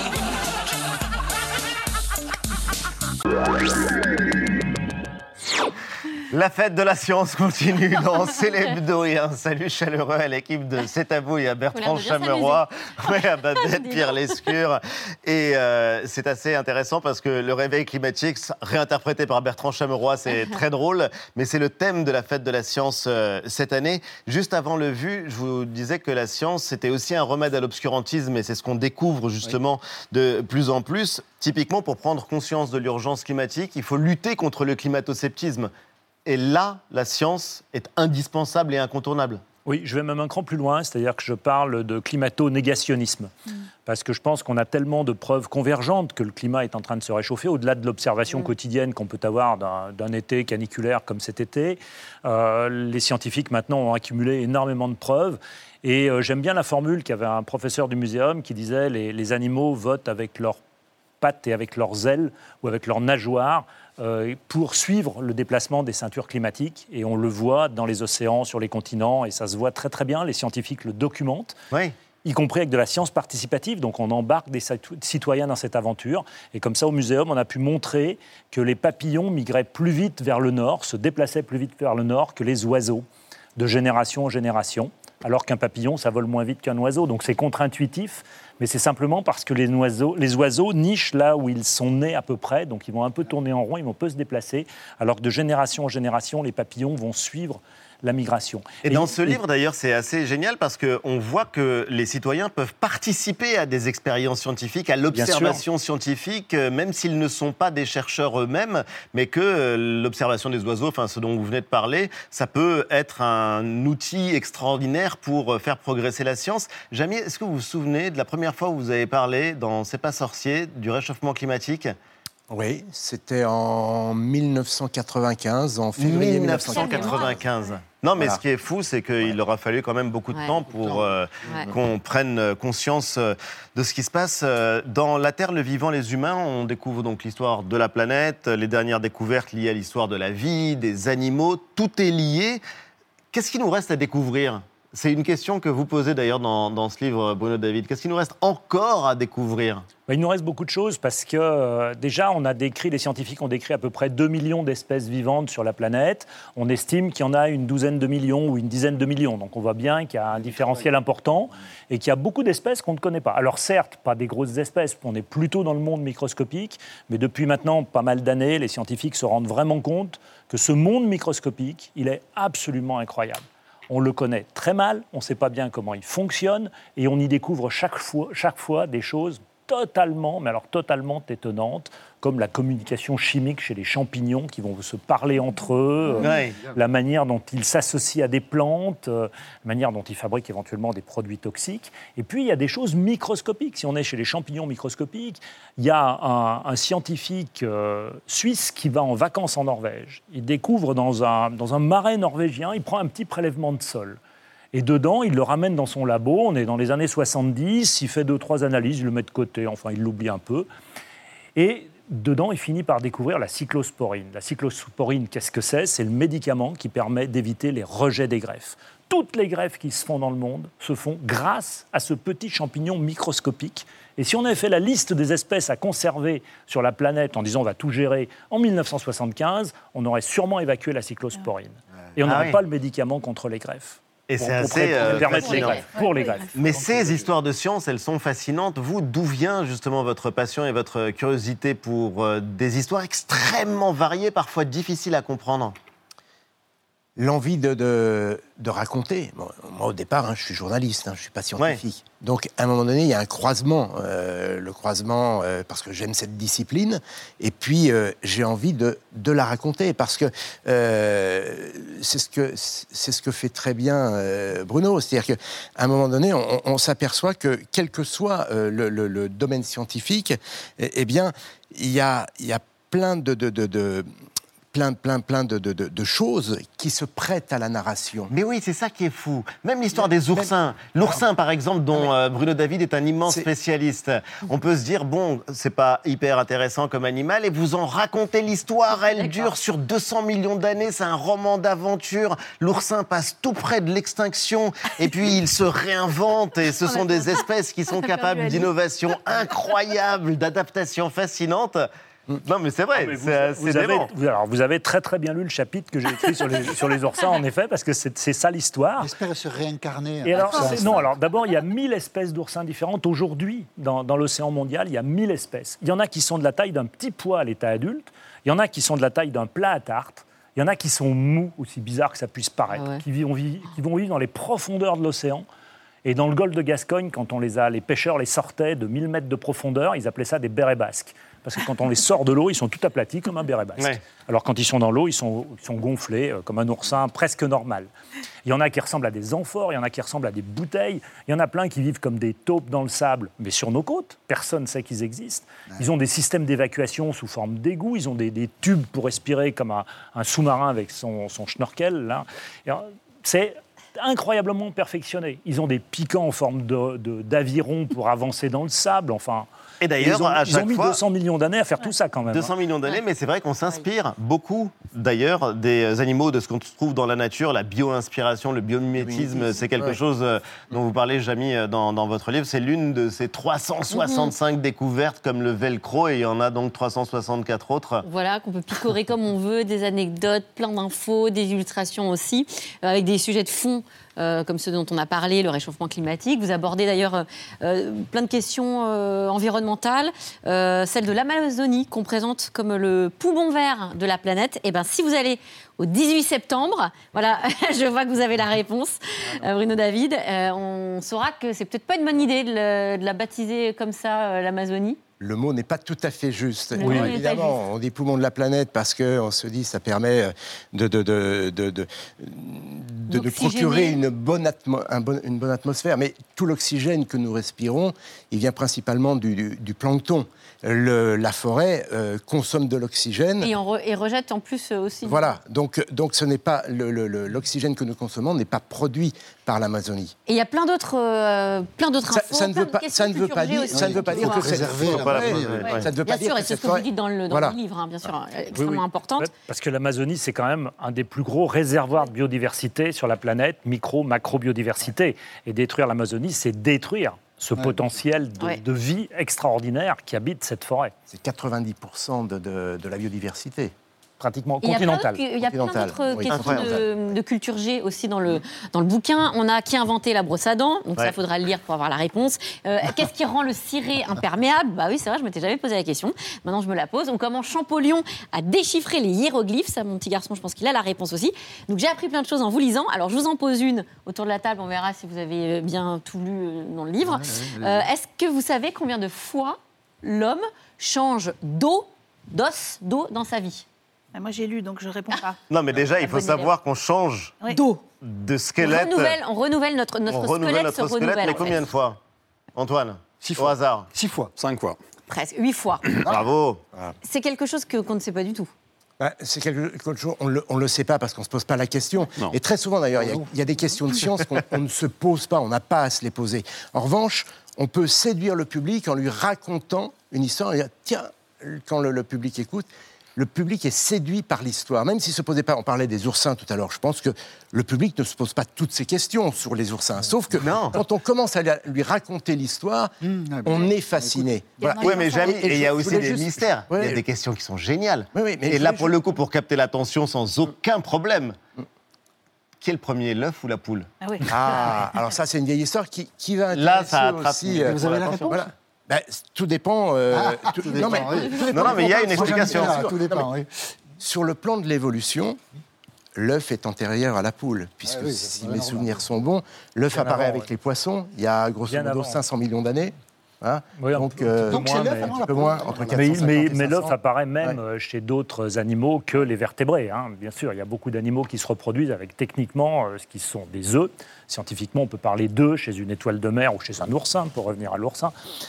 La fête de la science continue dans C'est l'hebdo et un salut chaleureux à l'équipe de C'est à vous et à Bertrand Chameroy, à Babette, Pierre Lescure. Et c'est assez intéressant parce que le réveil climatique, réinterprété par Bertrand Chameroy, c'est très drôle, mais c'est le thème de la fête de la science cette année. Juste avant le vu, je vous disais que la science, c'était aussi un remède à l'obscurantisme et c'est ce qu'on découvre justement de plus en plus. Typiquement, pour prendre conscience de l'urgence climatique, il faut lutter contre le climato-sceptisme. Et là, la science est indispensable et incontournable. Oui, je vais même un cran plus loin, c'est-à-dire que je parle de climato-négationnisme. Parce que je pense qu'on a tellement de preuves convergentes que le climat est en train de se réchauffer, au-delà de l'observation quotidienne qu'on peut avoir d'un été caniculaire comme cet été. Les scientifiques, maintenant, ont accumulé énormément de preuves. Et j'aime bien la formule qu'avait un professeur du muséum qui disait « les animaux votent avec leurs pattes et avec leurs ailes ou avec leurs nageoires ». Pour suivre le déplacement des ceintures climatiques. Et on le voit dans les océans, sur les continents, et ça se voit très très bien. Les scientifiques le documentent, y compris avec de la science participative. Donc on embarque des citoyens dans cette aventure. Et comme ça, au muséum, on a pu montrer que les papillons migraient plus vite vers le nord, se déplaçaient plus vite vers le nord que les oiseaux, de génération en génération. Alors qu'un papillon, ça vole moins vite qu'un oiseau. Donc c'est contre-intuitif, mais c'est simplement parce que les oiseaux nichent là où ils sont nés à peu près, donc ils vont un peu tourner en rond, ils vont peu se déplacer, alors que de génération en génération, les papillons vont suivre la migration. Et dans ce livre, d'ailleurs, c'est assez génial parce qu'on voit que les citoyens peuvent participer à des expériences scientifiques, à l'observation scientifique, même s'ils ne sont pas des chercheurs eux-mêmes, mais que l'observation des oiseaux, enfin ce dont vous venez de parler, ça peut être un outil extraordinaire pour faire progresser la science. Jamie, est-ce que vous vous souvenez de la première fois où vous avez parlé dans C'est pas sorcier du réchauffement climatique ? Oui, c'était en 1995, en février 1995. Non, mais Voilà. ce qui est fou, c'est qu'il aura fallu quand même beaucoup de temps pour qu'on prenne conscience de ce qui se passe. Dans La Terre, le vivant, les humains, on découvre donc l'histoire de la planète, les dernières découvertes liées à l'histoire de la vie, des animaux, tout est lié. Qu'est-ce qu'il nous reste à découvrir ? C'est une question que vous posez d'ailleurs dans ce livre, Bruno David. Qu'est-ce qu'il nous reste encore à découvrir ? Il nous reste beaucoup de choses parce que déjà, les scientifiques ont décrit à peu près 2 millions d'espèces vivantes sur la planète. On estime qu'il y en a une douzaine de millions ou une dizaine de millions. Donc on voit bien qu'il y a un différentiel important et qu'il y a beaucoup d'espèces qu'on ne connaît pas. Alors certes, pas des grosses espèces, on est plutôt dans le monde microscopique, mais depuis maintenant pas mal d'années, les scientifiques se rendent vraiment compte que ce monde microscopique, il est absolument incroyable. On le connaît très mal, on ne sait pas bien comment il fonctionne et on y découvre chaque fois des choses totalement étonnantes, comme la communication chimique chez les champignons qui vont se parler entre eux, la manière dont ils s'associent à des plantes, la manière dont ils fabriquent éventuellement des produits toxiques. Et puis, il y a des choses microscopiques. Si on est chez les champignons microscopiques, il y a un scientifique suisse qui va en vacances en Norvège. Il découvre dans un marais norvégien, il prend un petit prélèvement de sol. Et dedans, il le ramène dans son labo. On est dans les années 70. Il fait 2-3 analyses, il le met de côté. Enfin, il l'oublie un peu. Et dedans, il finit par découvrir la cyclosporine. La cyclosporine, qu'est-ce que c'est ? C'est le médicament qui permet d'éviter les rejets des greffes. Toutes les greffes qui se font dans le monde se font grâce à ce petit champignon microscopique. Et si on avait fait la liste des espèces à conserver sur la planète en disant on va tout gérer en 1975, on aurait sûrement évacué la cyclosporine. Et on n'aurait pas le médicament contre les greffes. Et c'est assez fascinant. Pour les greffes. Mais ces histoires de science, elles sont fascinantes. Vous, d'où vient justement votre passion et votre curiosité pour des histoires extrêmement variées, parfois difficiles à comprendre ? L'envie de raconter. Bon, moi, au départ, je suis journaliste, je ne suis pas scientifique. Ouais. Donc, à un moment donné, il y a un croisement. Le croisement, parce que j'aime cette discipline. Et puis, j'ai envie de la raconter. Parce que c'est ce que fait très bien Bruno. C'est-à-dire qu'à un moment donné, on s'aperçoit que, quel que soit le domaine scientifique, eh bien, il y a plein de choses qui se prêtent à la narration. Mais oui, c'est ça qui est fou. Même l'histoire des oursins. L'oursin, par exemple, dont Bruno David est un immense spécialiste. On peut se dire, bon, c'est pas hyper intéressant comme animal, et vous en racontez l'histoire. Elle dure sur 200 millions d'années. C'est un roman d'aventure. L'oursin passe tout près de l'extinction, et puis il se réinvente, et ce sont des espèces qui sont capables d'innovations incroyables, d'adaptations fascinantes. Non, mais c'est vrai, vous avez très très bien lu le chapitre que j'ai écrit sur les oursins, en effet, parce que c'est ça l'histoire. J'espère se réincarner. Et alors d'abord, il y a 1000 espèces d'oursins différentes. Aujourd'hui, dans l'océan mondial, il y a 1000 espèces. Il y en a qui sont de la taille d'un petit pois à l'état adulte, il y en a qui sont de la taille d'un plat à tarte, il y en a qui sont mous, aussi bizarre que ça puisse paraître, qui vont vivre dans les profondeurs de l'océan. Et dans le golfe de Gascogne, quand les pêcheurs les sortaient de 1000 mètres de profondeur, ils appelaient ça des bérets basques. Parce que quand on les sort de l'eau, ils sont tout aplatis comme un béret basque. Ouais. Alors quand ils sont dans l'eau, ils sont gonflés comme un oursin presque normal. Il y en a qui ressemblent à des amphores, il y en a qui ressemblent à des bouteilles. Il y en a plein qui vivent comme des taupes dans le sable, mais sur nos côtes. Personne ne sait qu'ils existent. Ouais. Ils ont des systèmes d'évacuation sous forme d'égouts. Ils ont des tubes pour respirer comme un sous-marin avec son schnorkel. Là. C'est incroyablement perfectionné. Ils ont des piquants en forme d'aviron pour avancer dans le sable. Enfin, et d'ailleurs, ils ont mis 200 millions d'années à faire tout ça quand même. 200 millions d'années, mais c'est vrai qu'on s'inspire beaucoup d'ailleurs des animaux, de ce qu'on trouve dans la nature. La bio-inspiration, le biomimétisme, c'est quelque chose dont vous parlez, Jamy, dans votre livre. C'est l'une de ces 365 découvertes comme le velcro, et il y en a donc 364 autres. Voilà, qu'on peut picorer comme on veut, des anecdotes, plein d'infos, des illustrations aussi, avec des sujets de fond comme ceux dont on a parlé, le réchauffement climatique. Vous abordez d'ailleurs plein de questions environnementales, celle de l'Amazonie qu'on présente comme le poumon vert de la planète. Et bien, si vous allez au 18 septembre, voilà, je vois que vous avez la réponse, Bruno David, on saura que c'est peut-être pas une bonne idée de la baptiser comme ça, l'Amazonie. Le mot n'est pas tout à fait juste. Oui. Évidemment, on dit poumon de la planète parce qu'on se dit que ça permet de procurer une bonne atmosphère. Mais tout l'oxygène que nous respirons, il vient principalement du plancton. La forêt consomme de l'oxygène. Et rejette en plus aussi. Voilà, donc ce n'est pas l'oxygène que nous consommons n'est pas produit par l'Amazonie. Et il y a plein d'autres infos, ça ne veut pas dire que c'est réservé. Ça ne veut pas dire que c'est ce que vous dites dans le livre, hein, bien sûr, extrêmement importante. Parce que l'Amazonie, c'est quand même un des plus gros réservoirs de biodiversité sur la planète, macro-biodiversité. Et détruire l'Amazonie, c'est détruire ce potentiel de vie extraordinaire qui habite cette forêt. C'est 90% de la biodiversité. Pratiquement continentale. Il y a plein d'autres questions de culture G aussi dans le bouquin. On a qui a inventé la brosse à dents, donc ça, il faudra le lire pour avoir la réponse. Qu'est-ce qui rend le ciré imperméable ? Bah oui, c'est vrai, je ne m'étais jamais posé la question. Maintenant, je me la pose. Donc, comment Champollion a déchiffré les hiéroglyphes ? Ça, mon petit garçon, je pense qu'il a la réponse aussi. Donc, j'ai appris plein de choses en vous lisant. Alors, je vous en pose une autour de la table. On verra si vous avez bien tout lu dans le livre. Est-ce que vous savez combien de fois l'homme change d'eau dans sa vie ? Moi, j'ai lu, donc je ne réponds pas. Non, mais déjà, il faut savoir qu'on change d'eau. De squelette. On renouvelle notre squelette. Mais combien de fois, Antoine ? 6 fois. Au hasard. 6 fois. 5 fois. Presque, 8 fois. Bravo. C'est quelque chose qu'on ne sait pas du tout. C'est quelque chose, on ne le sait pas parce qu'on ne se pose pas la question. Non. Et très souvent, d'ailleurs, il y a des questions de science qu'on ne se pose pas, on n'a pas à se les poser. En revanche, on peut séduire le public en lui racontant une histoire. Et dire, tiens, quand le public écoute, le public est séduit par l'histoire. Même s'il ne se posait pas, on parlait des oursins tout à l'heure, je pense que le public ne se pose pas toutes ces questions sur les oursins. Sauf que quand on commence à lui raconter l'histoire, on est fasciné. Voilà. Oui, mais jamais. Et il y a aussi des mystères. Il y a des questions qui sont géniales. Et là, pour le coup, pour capter l'attention sans aucun problème, qui est le premier, l'œuf ou la poule ? Alors ça, c'est une vieille histoire qui va intéresser là, ça attrape aussi. Vous avez la réponse ? Voilà. Tout dépend. Non, mais il y a une explication. Tout dépend, oui. Sur le plan de l'évolution, l'œuf est antérieur à la poule, puisque si mes souvenirs sont bons, l'œuf apparaît avec les poissons il y a grosso modo 500 millions d'années. Hein, donc c'est l'œuf, un peu moins, entre 450 et 500. Mais l'œuf apparaît même chez d'autres animaux que les vertébrés. Hein. Bien sûr, il y a beaucoup d'animaux qui se reproduisent avec techniquement ce qui sont des œufs. Scientifiquement, on peut parler d'œufs chez une étoile de mer ou chez un oursin, pour revenir à l'oursin.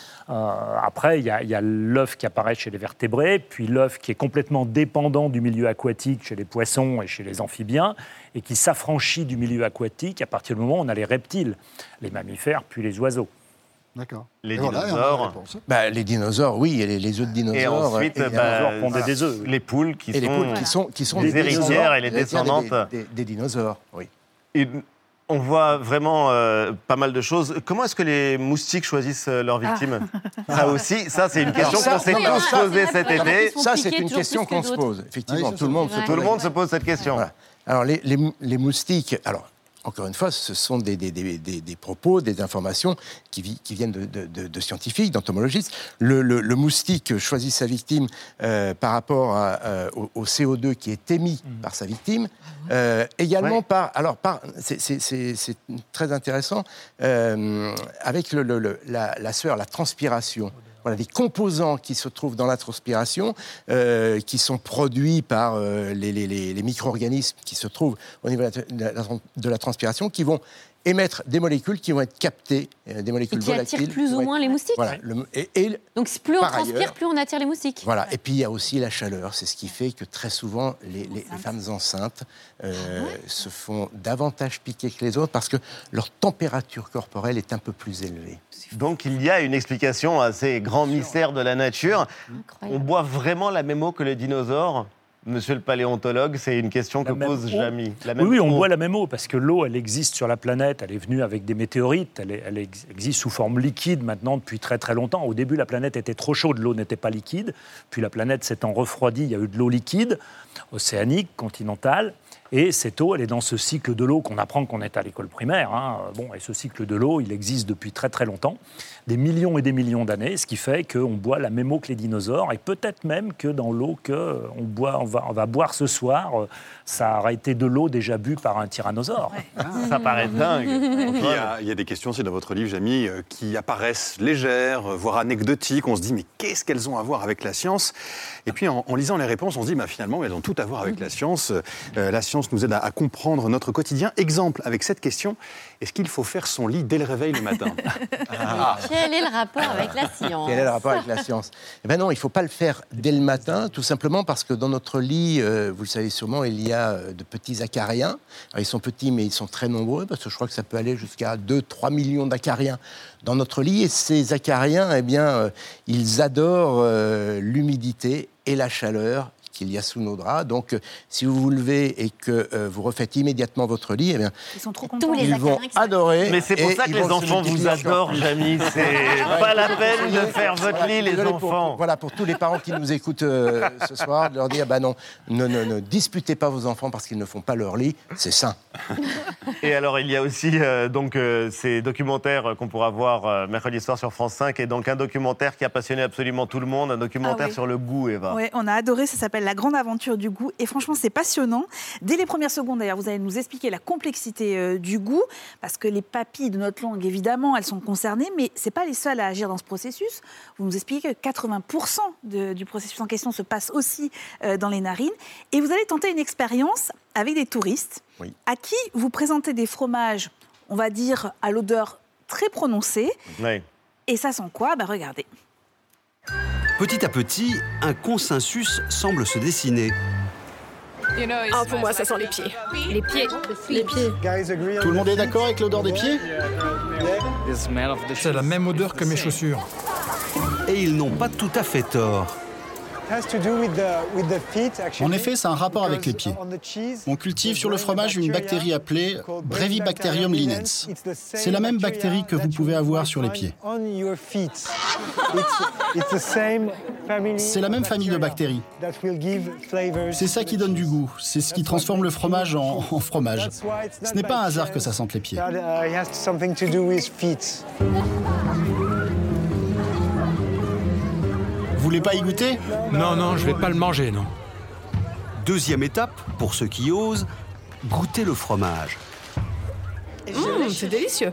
Après, il y a l'œuf qui apparaît chez les vertébrés, puis l'œuf qui est complètement dépendant du milieu aquatique chez les poissons et chez les amphibiens, et qui s'affranchit du milieu aquatique à partir du moment où on a les reptiles, les mammifères, puis les oiseaux. D'accord. Les dinosaures. Les dinosaures, oui, et les œufs de dinosaures. Et ensuite, les dinosaures pondaient des œufs. Les poules qui sont les héritières et les descendantes des dinosaures. Oui. Et on voit vraiment pas mal de choses. Comment est-ce que les moustiques choisissent leurs victimes ? Ça aussi, c'est une question qu'on s'est tous posée cet été. Ça, c'est une question qu'on se pose. Effectivement, tout le monde se pose cette question. Voilà. Alors, les moustiques... Alors, encore une fois, ce sont des propos, des informations qui viennent de scientifiques, d'entomologistes. Le moustique choisit sa victime par rapport au CO2 qui est émis par sa victime. Également c'est très intéressant, avec la sueur, la transpiration. Voilà, des composants qui se trouvent dans la transpiration, qui sont produits par les micro-organismes qui se trouvent au niveau de la transpiration, qui vont émettre des molécules qui vont être captées, des molécules volatiles. Qui attirent plus ou moins les moustiques. Voilà. Donc plus on transpire, plus on attire les moustiques. Voilà. Et puis il y a aussi la chaleur. C'est ce qui fait que très souvent les femmes enceintes se font davantage piquer que les autres parce que leur température corporelle est un peu plus élevée. Donc il y a une explication à ces grands mystères de la nature. On boit vraiment la même eau que les dinosaures ? Monsieur le paléontologue, c'est une question que pose Jamy. Oui, on boit la même eau, parce que l'eau, elle existe sur la planète, elle est venue avec des météorites, elle existe sous forme liquide maintenant depuis très très longtemps. Au début, la planète était trop chaude, l'eau n'était pas liquide, puis la planète s'étant refroidie, il y a eu de l'eau liquide, océanique, continentale, et cette eau, elle est dans ce cycle de l'eau qu'on apprend quand on est à l'école primaire. Et ce cycle de l'eau, il existe depuis très très longtemps, des millions et des millions d'années, ce qui fait qu'on boit la même eau que les dinosaures, et peut-être même que dans l'eau qu'on va va boire ce soir, ça aurait été de l'eau déjà bu par un tyrannosaure. Ça paraît dingue. Il y a des questions aussi dans votre livre, Jamy, qui apparaissent légères, voire anecdotiques. On se dit, mais qu'est-ce qu'elles ont à voir avec la science ? Et puis, en lisant les réponses, on se dit, finalement, elles ont tout à voir avec la science. La science nous aide à comprendre notre quotidien. Exemple, avec cette question, est-ce qu'il faut faire son lit dès le réveil le matin ? Quel est le rapport avec la science ? Quel est le rapport avec la science ? Eh bien non, il ne faut pas le faire dès le matin, tout simplement parce que dans notre lit, vous le savez sûrement, il y a de petits acariens. Alors, ils sont petits, mais ils sont très nombreux, parce que je crois que ça peut aller jusqu'à 2-3 millions d'acariens dans notre lit. Et ces acariens, eh bien, ils adorent l'humidité et la chaleur qu'il y a sous nos draps. Donc, si vous vous levez et que vous refaites immédiatement votre lit, eh bien, ils sont trop contents. Ils vont adorer. Mais c'est pour ça que les enfants vous adorent, Jamy. C'est pas la peine de faire votre lit, les enfants. Pour tous les parents qui nous écoutent ce soir, de leur dire, ne disputez pas vos enfants parce qu'ils ne font pas leur lit, c'est sain. Et alors, il y a aussi ces documentaires qu'on pourra voir mercredi soir sur France 5, et donc un documentaire qui a passionné absolument tout le monde, un documentaire sur le goût, Eva. Oui, on a adoré, ça s'appelle La grande aventure du goût, et franchement, c'est passionnant. Dès les premières secondes, d'ailleurs, vous allez nous expliquer la complexité du goût, parce que les papilles de notre langue, évidemment, elles sont concernées, mais ce n'est pas les seules à agir dans ce processus. Vous nous expliquez que 80% du processus en question se passe aussi dans les narines, et vous allez tenter une expérience avec des touristes à qui vous présentez des fromages, on va dire, à l'odeur très prononcée. Oui. Et ça sent quoi ? Regardez. Petit à petit, un consensus semble se dessiner. Pour moi, ça sent les pieds. Les pieds. Les pieds. Tout le monde est d'accord avec l'odeur des pieds ? C'est la même odeur que mes chaussures. Et ils n'ont pas tout à fait tort. En effet, ça a un rapport avec les pieds. On cultive sur le fromage une bactérie appelée Brevibacterium linens. C'est la même bactérie que vous pouvez avoir sur les pieds. C'est la même famille de bactéries. C'est ça qui donne du goût. C'est ce qui transforme le fromage en fromage. Ce n'est pas un hasard que ça sente les pieds. Vous voulez pas y goûter ? Non, je vais pas le manger, non. Deuxième étape, pour ceux qui osent, goûter le fromage. C'est délicieux.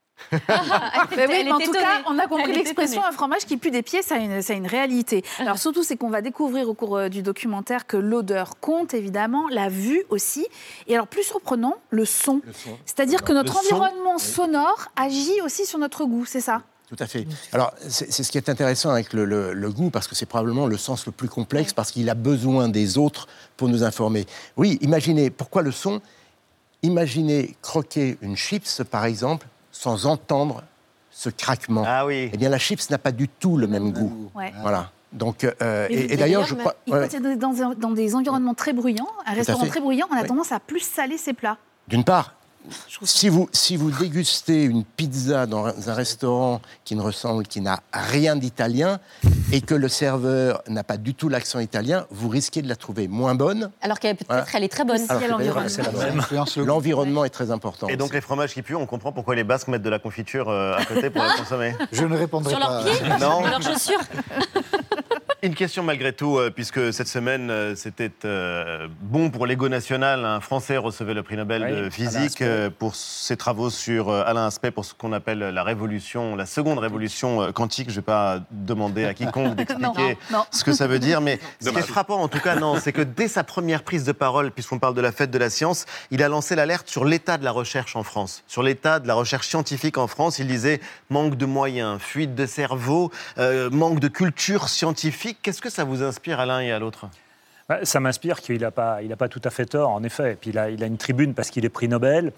En tout cas, on a compris l'expression un fromage qui pue des pieds, ça a une réalité. Alors surtout, c'est qu'on va découvrir au cours du documentaire que l'odeur compte évidemment, la vue aussi. Et alors plus surprenant, le son. C'est-à-dire que notre environnement sonore agit aussi sur notre goût, c'est ça ? Tout à fait. Alors, c'est ce qui est intéressant avec le goût, parce que c'est probablement le sens le plus complexe, parce qu'il a besoin des autres pour nous informer. Oui, imaginez, pourquoi le son ? Imaginez croquer une chips, par exemple, sans entendre ce craquement. Ah oui. Eh bien, la chips n'a pas du tout le même goût. Ouais. Voilà. Donc, et d'ailleurs, je crois... Quand c'est dans des environnements très bruyants, un restaurant très bruyant, on a tendance à plus saler ses plats. D'une part, si vous dégustez une pizza dans un restaurant qui n'a rien d'italien et que le serveur n'a pas du tout l'accent italien, vous risquez de la trouver moins bonne. Alors qu'elle peut-être elle est très bonne. L'environnement est très important. Et donc les fromages qui puent, on comprend pourquoi les Basques mettent de la confiture à côté pour la consommer. Je ne répondrai pas. Sur leurs pieds ? Non. Sur leurs chaussures ? Une question malgré tout, puisque cette semaine, c'était bon pour l'ego national. Un Français recevait le prix Nobel de physique pour ses travaux sur Alain Aspect, pour ce qu'on appelle la révolution, la seconde révolution quantique. Je ne vais pas demander à quiconque d'expliquer ce que ça veut dire, mais ce qui est frappant en tout cas, c'est que dès sa première prise de parole, puisqu'on parle de la fête de la science, il a lancé l'alerte sur l'état de la recherche en France, sur l'état de la recherche scientifique en France. Il disait manque de moyens, fuite de cerveau, manque de culture scientifique. Qu'est-ce que ça vous inspire à l'un et à l'autre ? Ça m'inspire qu'il n'a pas tout à fait tort, en effet. Et puis il a une tribune parce qu'il est prix Nobel.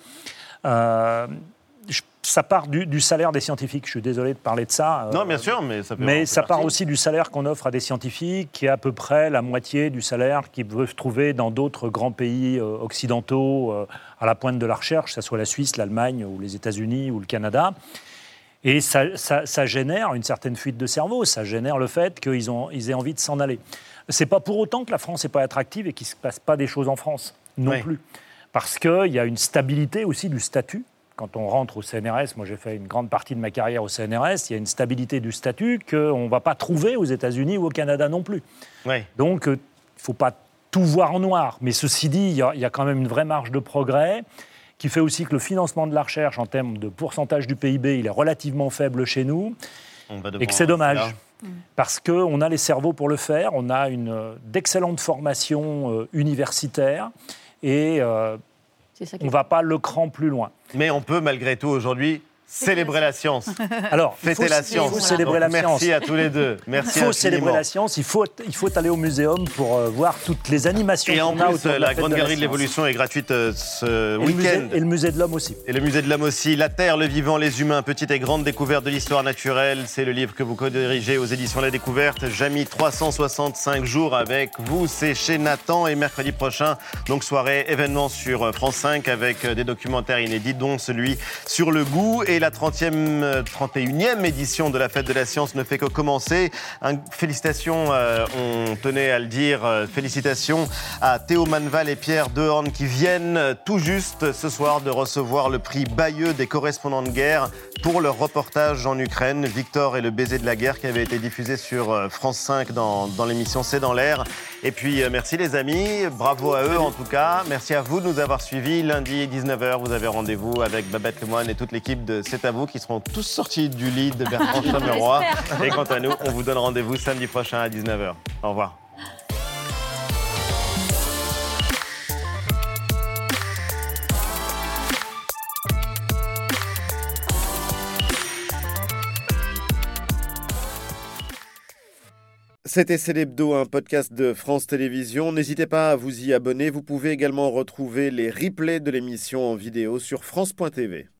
Ça part du salaire des scientifiques. Je suis désolé de parler de ça. Non, bien sûr, mais ça peut. Mais ça part aussi du salaire qu'on offre à des scientifiques, qui est à peu près la moitié du salaire qu'ils peuvent trouver dans d'autres grands pays occidentaux à la pointe de la recherche, que ce soit la Suisse, l'Allemagne ou les États-Unis ou le Canada. Et ça génère une certaine fuite de cerveau, ça génère le fait qu'ils aient envie de s'en aller. C'est pas pour autant que la France n'est pas attractive et qu'il ne se passe pas des choses en France, non plus. Parce qu'il y a une stabilité aussi du statut. Quand on rentre au CNRS, moi j'ai fait une grande partie de ma carrière au CNRS, il y a une stabilité du statut qu'on ne va pas trouver aux États-Unis ou au Canada non plus. Donc il ne faut pas tout voir en noir. Mais ceci dit, il y a quand même une vraie marge de progrès qui fait aussi que le financement de la recherche en termes de pourcentage du PIB, il est relativement faible chez nous et que c'est dommage. Parce qu'on a les cerveaux pour le faire, on a d'excellentes formations universitaires et on ne va pas le cran plus loin. Mais on peut malgré tout aujourd'hui célébrer la science. Alors, fêter la science. Il faut célébrer la science. Merci à tous les deux. Merci il faut célébrer la science. Il faut aller au muséum pour voir toutes les animations. Et en qu'on a plus, autour de la Grande Galerie de l'Évolution est gratuite ce week-end. Et le Musée de l'Homme aussi. Et le Musée de l'Homme aussi. La Terre, le vivant, les humains, petite et grande découverte de l'histoire naturelle. C'est le livre que vous co-dirigez aux éditions La Découverte. Jamy, 365 jours avec vous. C'est chez Nathan. Et mercredi prochain, donc soirée événement sur France 5 avec des documentaires inédits, dont celui sur le goût. Et la 31e édition de la Fête de la Science ne fait que commencer. Félicitations, on tenait à le dire, félicitations à Théo Manval et Pierre Dehorne qui viennent tout juste ce soir de recevoir le prix Bayeux des correspondants de guerre pour leur reportage en Ukraine, Victor et le baiser de la guerre, qui avait été diffusé sur France 5 dans l'émission C'est dans l'air. Et puis merci les amis, bravo à eux en tout cas. Merci à vous de nous avoir suivis. Lundi 19h, vous avez rendez-vous avec Babette Lemoine et toute l'équipe de C'est à vous qui seront tous sortis du lit de Bertrand Chameroy. Et quant à nous, on vous donne rendez-vous samedi prochain à 19h. Au revoir. C'était C'est l'Hebdo, un podcast de France Télévisions. N'hésitez pas à vous y abonner. Vous pouvez également retrouver les replays de l'émission en vidéo sur France.tv.